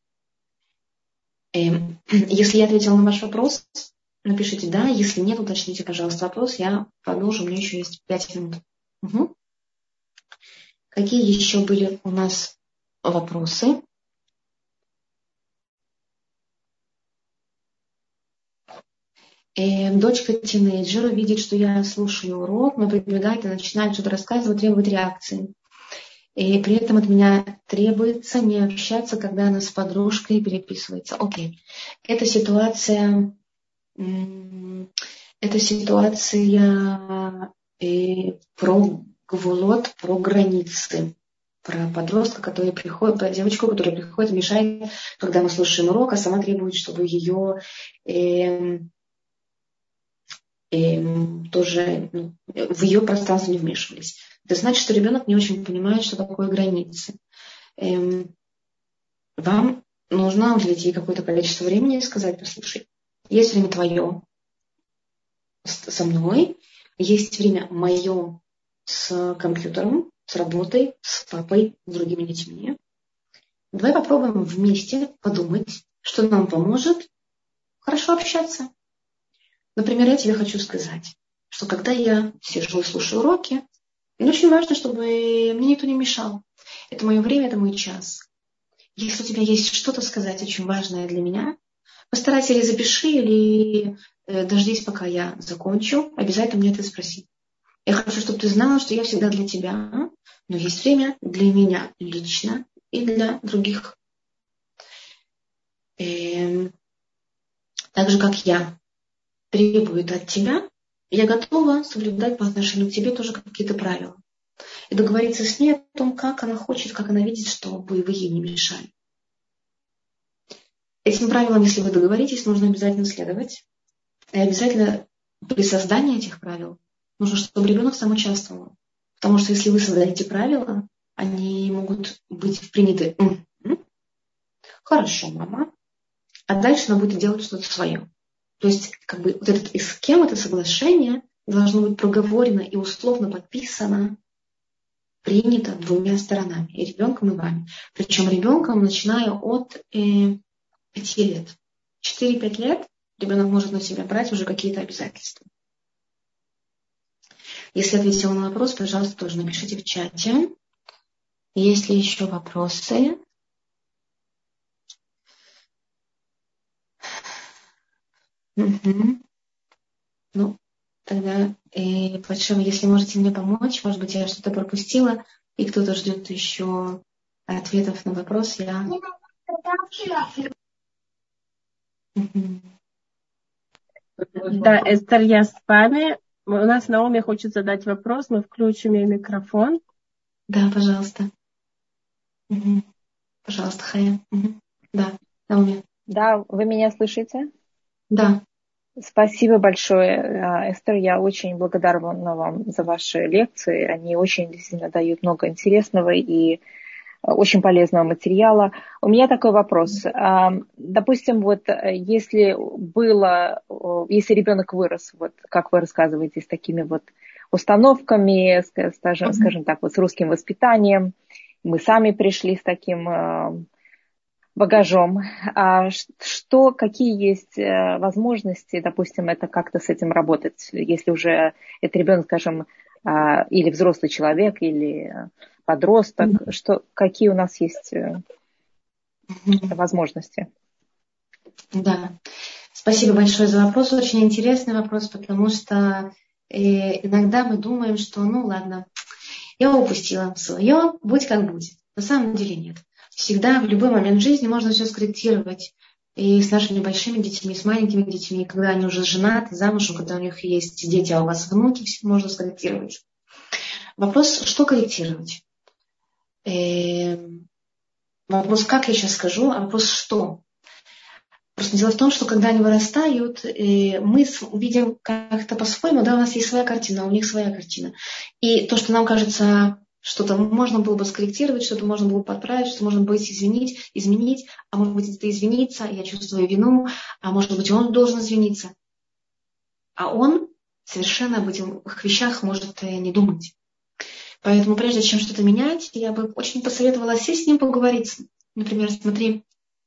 Э, если я ответила на ваш вопрос, напишите «да». Если нет, уточните, пожалуйста, вопрос. Я продолжу, у меня еще есть пять минут. Угу. Какие еще были у нас вопросы? Э, дочка тинейджера видит, что я слушаю урок, но прибегает и начинает что-то рассказывать, требует реакции. И при этом от меня требуется не общаться, когда она с подружкой переписывается. Окей. Эта ситуация, эта ситуация э, про гвулот, про границы. Про подростка, который приходит, про девочку, которая приходит и мешает, когда мы слушаем урок, а сама требует, чтобы ее э, э, тоже ну, в ее пространство не вмешивались. Это значит, что ребенок не очень понимает, что такое границы. Э, вам нужно уделить ей какое-то количество времени и сказать: послушай, есть время твое со мной, есть время мое с компьютером, с работой, с папой, с другими детьми. Давай попробуем вместе подумать, что нам поможет хорошо общаться. Например, я тебе хочу сказать, что когда я сижу и слушаю уроки, мне очень важно, чтобы мне никто не мешал. Это мое время, это мой час. Если у тебя есть что-то сказать очень важное для меня, постарайся или запиши, или э, дождись, пока я закончу. Обязательно мне это спроси. Я хочу, чтобы ты знала, что я всегда для тебя, но есть время для меня лично и для других. И так же, как я требую от тебя, я готова соблюдать по отношению к тебе тоже какие-то правила. И договориться с ней о том, как она хочет, как она видит, чтобы вы ей не мешали. Этим правилам, если вы договоритесь, нужно обязательно следовать. И обязательно при создании этих правил нужно, чтобы ребенок сам участвовал. Потому что если вы создаете правила, они могут быть приняты. М-м-м. Хорошо, мама. А дальше она будет делать что-то свое. То есть, как бы, вот этот эскем, это соглашение должно быть проговорено и условно подписано, принято двумя сторонами, и ребенком, и вами. Причем ребенком, начиная от э, пяти лет. четыре-пять лет ребенок может на себя брать уже какие-то обязательства. Если ответила на вопрос, пожалуйста, тоже напишите в чате. Есть ли еще вопросы? Угу. Ну, тогда э, большое, если можете мне помочь, может быть, я что-то пропустила, и кто-то ждет еще ответов на вопрос, я... Угу. Да, Эстер, я с вами. У нас Наоми хочет задать вопрос, мы включим ей микрофон. Да, пожалуйста. Угу. Пожалуйста, Хая. Угу. Да, Наоми. Да, вы меня слышите? Да. Спасибо большое, Эстер. Я очень благодарна вам за ваши лекции. Они очень действительно дают много интересного и очень полезного материала. У меня такой вопрос. Допустим, вот если было, если ребенок вырос, вот как вы рассказываете, с такими вот установками, скажем, mm-hmm. скажем так, вот с русским воспитанием, мы сами пришли с таким багажом. А что, какие есть возможности, допустим, это как-то с этим работать, если уже это ребенок, скажем, или взрослый человек, или подросток, mm-hmm. что, какие у нас есть mm-hmm. возможности? Да, спасибо большое за вопрос. Очень интересный вопрос, потому что э, иногда мы думаем, что ну ладно, я упустила свое, будь как будет. На самом деле нет. Всегда в любой момент жизни можно все скорректировать. И с нашими большими детьми, и с маленькими детьми, когда они уже женаты, замужем, когда у них есть дети, а у вас внуки, все можно скорректировать. Вопрос, что корректировать? Э, вопрос, как я сейчас скажу, а вопрос, что? Просто дело в том, что когда они вырастают, э, мы видим как-то по-своему, да, у нас есть своя картина, у них своя картина. И то, что нам кажется что-то можно было бы скорректировать, что-то можно было бы подправить, что можно было бы извинить, изменить, а может быть, это извиниться, я чувствую вину, а может быть, он должен извиниться. А он совершенно об этих вещах может не думать. Поэтому прежде чем что-то менять, я бы очень посоветовала сесть с ним поговорить. Например, смотри,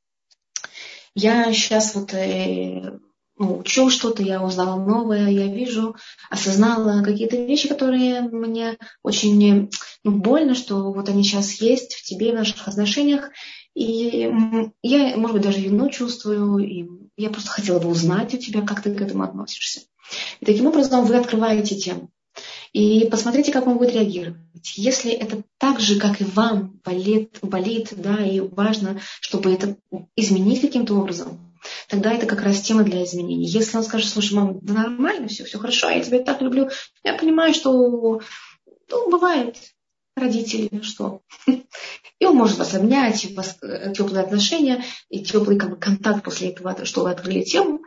я сейчас вот э, ну, учу что-то, я узнала новое, я вижу, осознала какие-то вещи, которые мне очень ну, больно, что вот они сейчас есть в тебе, в наших отношениях. И м, я, может быть, даже вину чувствую, и я просто хотела бы узнать у тебя, как ты к этому относишься. И таким образом вы открываете тему. И посмотрите, как он будет реагировать. Если это так же, как и вам, болит, болит, да, и важно, чтобы это изменить каким-то образом, тогда это как раз тема для изменений. Если он скажет, слушай, мам, да нормально, все, все хорошо, я тебя так люблю, я понимаю, что ну, бывает родители, что. И он может вас обнять, у вас теплые отношения и теплый как бы, контакт после этого, что вы открыли тему.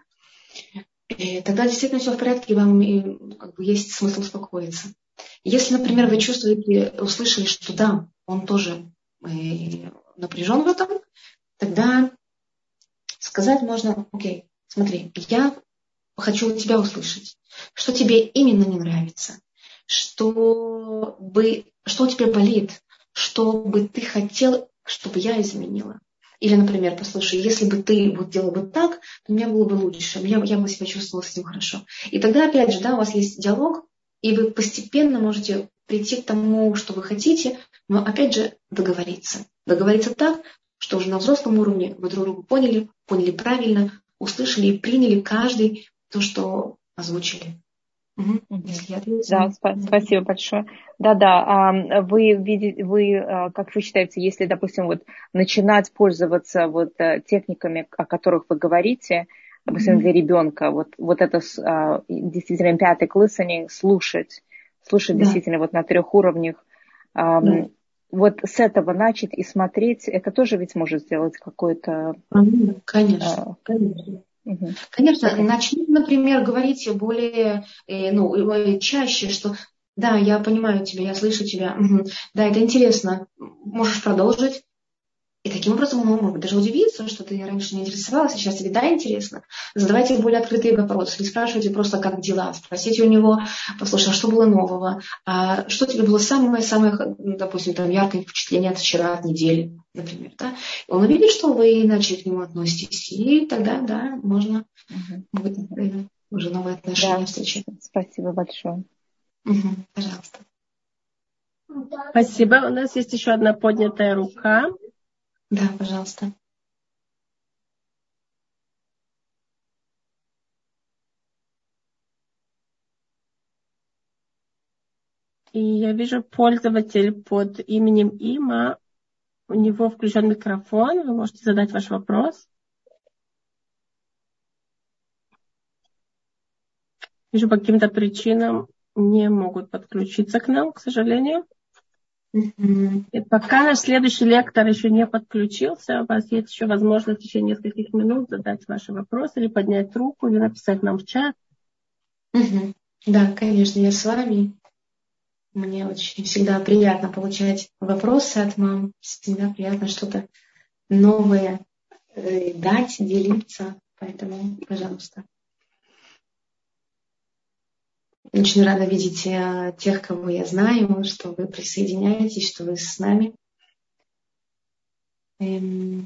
И тогда действительно все в порядке, и вам и, как бы, есть смысл успокоиться. Если, например, вы чувствуете, услышали, что да, он тоже э, напряжен в этом, тогда сказать можно, окей, смотри, я хочу тебя услышать, что тебе именно не нравится, что, бы, что у тебя болит, что бы ты хотел, чтобы я изменила. Или, например, послушай, если бы ты вот делал бы так, то мне было бы лучше, я, я бы себя чувствовала с этим хорошо. И тогда, опять же, да, у вас есть диалог, и вы постепенно можете прийти к тому, что вы хотите, но, опять же, договориться. Договориться так, что уже на взрослом уровне вы друг друга поняли, поняли правильно, услышали и приняли каждый то, что озвучили. Угу. Мгм. Если я ответила. Да, спа- спасибо большое. Да-да, а, вы видите, вы, а, как вы считаете, если, допустим, вот начинать пользоваться вот э, техниками, о которых вы говорите, допустим, для Мгм. ребенка, вот, вот это с, а, действительно empathic listening, слушать, слушать Да, действительно вот на трех уровнях, да. ам, вот с этого начать и смотреть, это тоже ведь может сделать какой-то... Правильно. Конечно, а, конечно. мгм. Конечно, Окей. начните, например, говорить более, э, ну, э, чаще, что да, я понимаю тебя, я слышу тебя, мгм. Да, это интересно, можешь продолжить. И таким образом он может быть даже удивиться, что ты раньше не интересовалась, а сейчас тебе да интересно. Задавайте более открытые вопросы, не спрашивайте просто, как дела. Спросите у него, послушай, а что было нового? А что тебе было самое-самое, допустим, там, яркое впечатление от вчера, от недели, например. Да? И он увидит, что вы иначе к нему относитесь, и тогда, да, можно Мгм. будет Мгм. э, уже новые отношения Да, встречать. с- спасибо большое. Мгм. Пожалуйста. Спасибо. У нас есть еще одна поднятая рука. Да, пожалуйста. И я вижу пользователь под именем Има. У него включен микрофон. Вы можете задать ваш вопрос. Вижу, по каким-то причинам не могут подключиться к нам, к сожалению. Мгм. И пока наш следующий лектор еще не подключился, у вас есть еще возможность в течение нескольких минут задать ваши вопросы или поднять руку, или написать нам в чат. Мгм. Да, конечно, я с вами. Мне очень всегда приятно получать вопросы от мам. Всегда приятно что-то новое э, дать, делиться. Поэтому, пожалуйста. Очень рада видеть э, тех, кого я знаю, что вы присоединяетесь, что вы с нами. Эм,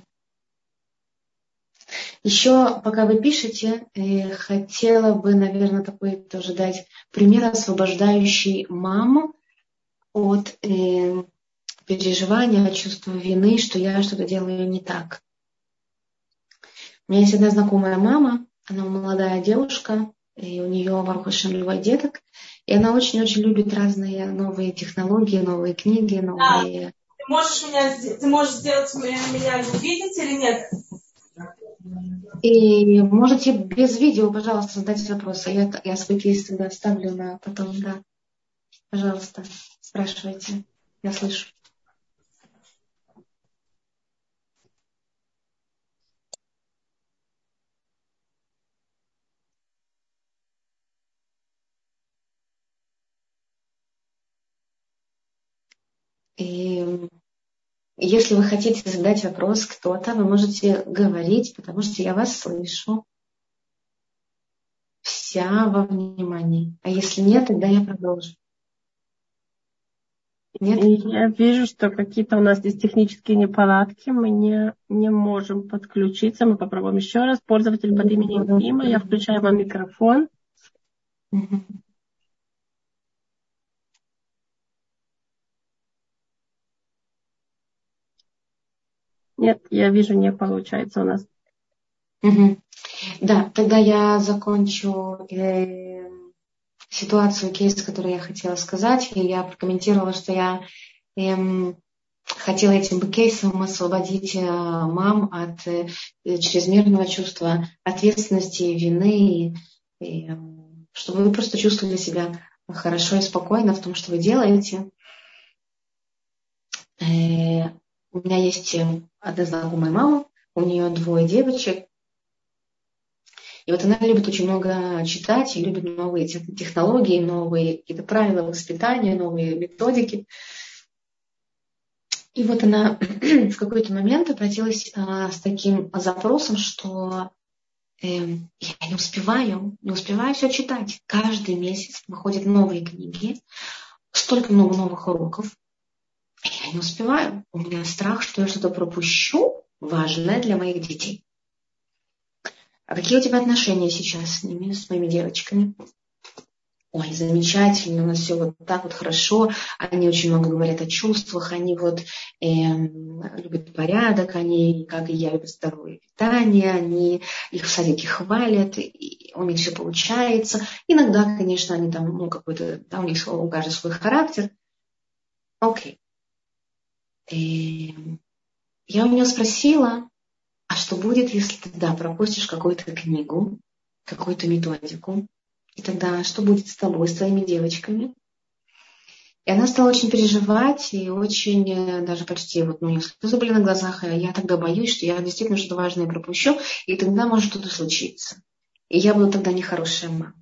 Еще, пока вы пишете, э, хотела бы, наверное, такой тоже дать пример, освобождающий маму от э, переживания, от чувства вины, что я что-то делаю не так. У меня есть одна знакомая мама, она молодая девушка, и у нее Барух Ашем двое деток, и она очень-очень любит разные новые технологии, новые книги, Да. новые... Ты можешь меня, ты можешь сделать меня, меня видеть или нет? И можете без видео, пожалуйста, задать вопросы. Я, я свой кейс тогда оставлю на потом, да. Пожалуйста, спрашивайте. Я слышу. Если вы хотите задать вопрос кто-то, вы можете говорить, потому что я вас слышу. Вся во внимании. А если нет, тогда я продолжу. Нет? Я вижу, что какие-то у нас здесь технические неполадки. Мы не, не можем подключиться. Мы попробуем еще раз. Пользователь под именем Има. Я включаю вам микрофон. Нет, я вижу, не получается у нас. Угу. Да, тогда я закончу э, ситуацию, кейс, который я хотела сказать. И я прокомментировала, что я э, хотела этим бы кейсом освободить э, мам от э, чрезмерного чувства ответственности, вины, и, и, э, чтобы вы просто чувствовали себя хорошо и спокойно в том, что вы делаете. Э, у меня есть одна знакомая мама, у нее двое девочек. И вот она любит очень много читать и любит новые технологии, новые какие-то правила воспитания, новые методики. И вот она в какой-то момент обратилась а, с таким запросом, что э, я не успеваю, не успеваю все читать. Каждый месяц выходят новые книги, столько много новых уроков. Я не успеваю. У меня страх, что я что-то пропущу важное для моих детей. А какие у тебя отношения сейчас с ними, с моими девочками? Ой, замечательно, у нас все вот так вот хорошо. Они очень много говорят о чувствах, они вот э, любят порядок, они, как и я, любят здоровое питание, они их в садике хвалят, и у них все получается. Иногда, конечно, они там, ну, какой-то, там у них у каждого свой характер. Окей. И я у нее спросила, а что будет, если ты, да, пропустишь какую-то книгу, какую-то методику, и тогда что будет с тобой, с твоими девочками? И она стала очень переживать, и очень, даже почти, вот, ну, у нее слезы были на глазах, и я тогда боюсь, что я действительно что-то важное пропущу, и тогда может что-то случиться. И я буду тогда нехорошая мама.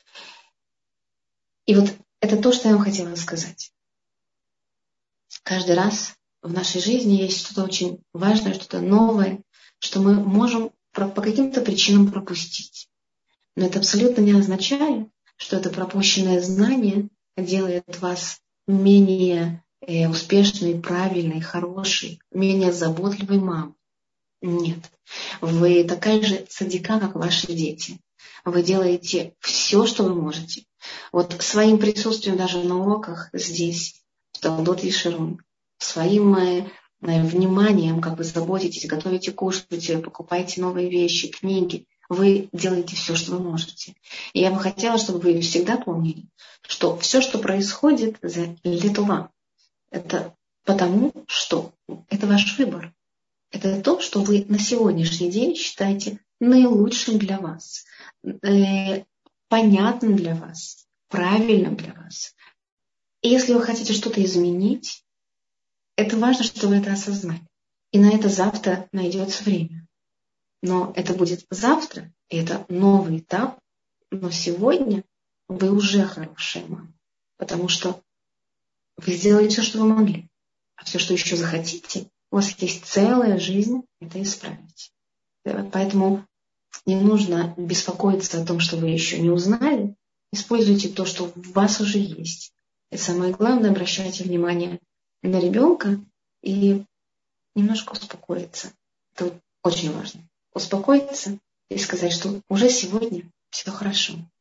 И вот это то, что я вам хотела сказать. Каждый раз в нашей жизни есть что-то очень важное, что-то новое, что мы можем по каким-то причинам пропустить. Но это абсолютно не означает, что это пропущенное знание делает вас менее э, успешной, правильной, хорошей, менее заботливой мамой. Нет. Вы такая же цадика, как ваши дети. Вы делаете все, что вы можете. Вот своим присутствием даже на уроках здесь, в Талдот Ешерун, своим э, вниманием, как вы заботитесь, готовите, кушаете, покупаете новые вещи, книги, вы делаете все, что вы можете. И я бы хотела, чтобы вы всегда помнили, что все, что происходит за летува, это потому, что это ваш выбор. Это то, что вы на сегодняшний день считаете наилучшим для вас, э, понятным для вас, правильным для вас. И если вы хотите что-то изменить, это важно, чтобы вы это осознали. И на это завтра найдется время. Но это будет завтра, и это новый этап. Но сегодня вы уже хорошая мама. Потому что вы сделали все, что вы могли. А все, что еще захотите, у вас есть целая жизнь это исправить. Поэтому не нужно беспокоиться о том, что вы еще не узнали. Используйте то, что у вас уже есть. И самое главное, обращайте внимание на ребенка и немножко успокоиться. Это очень важно. Успокоиться и сказать, что уже сегодня все хорошо.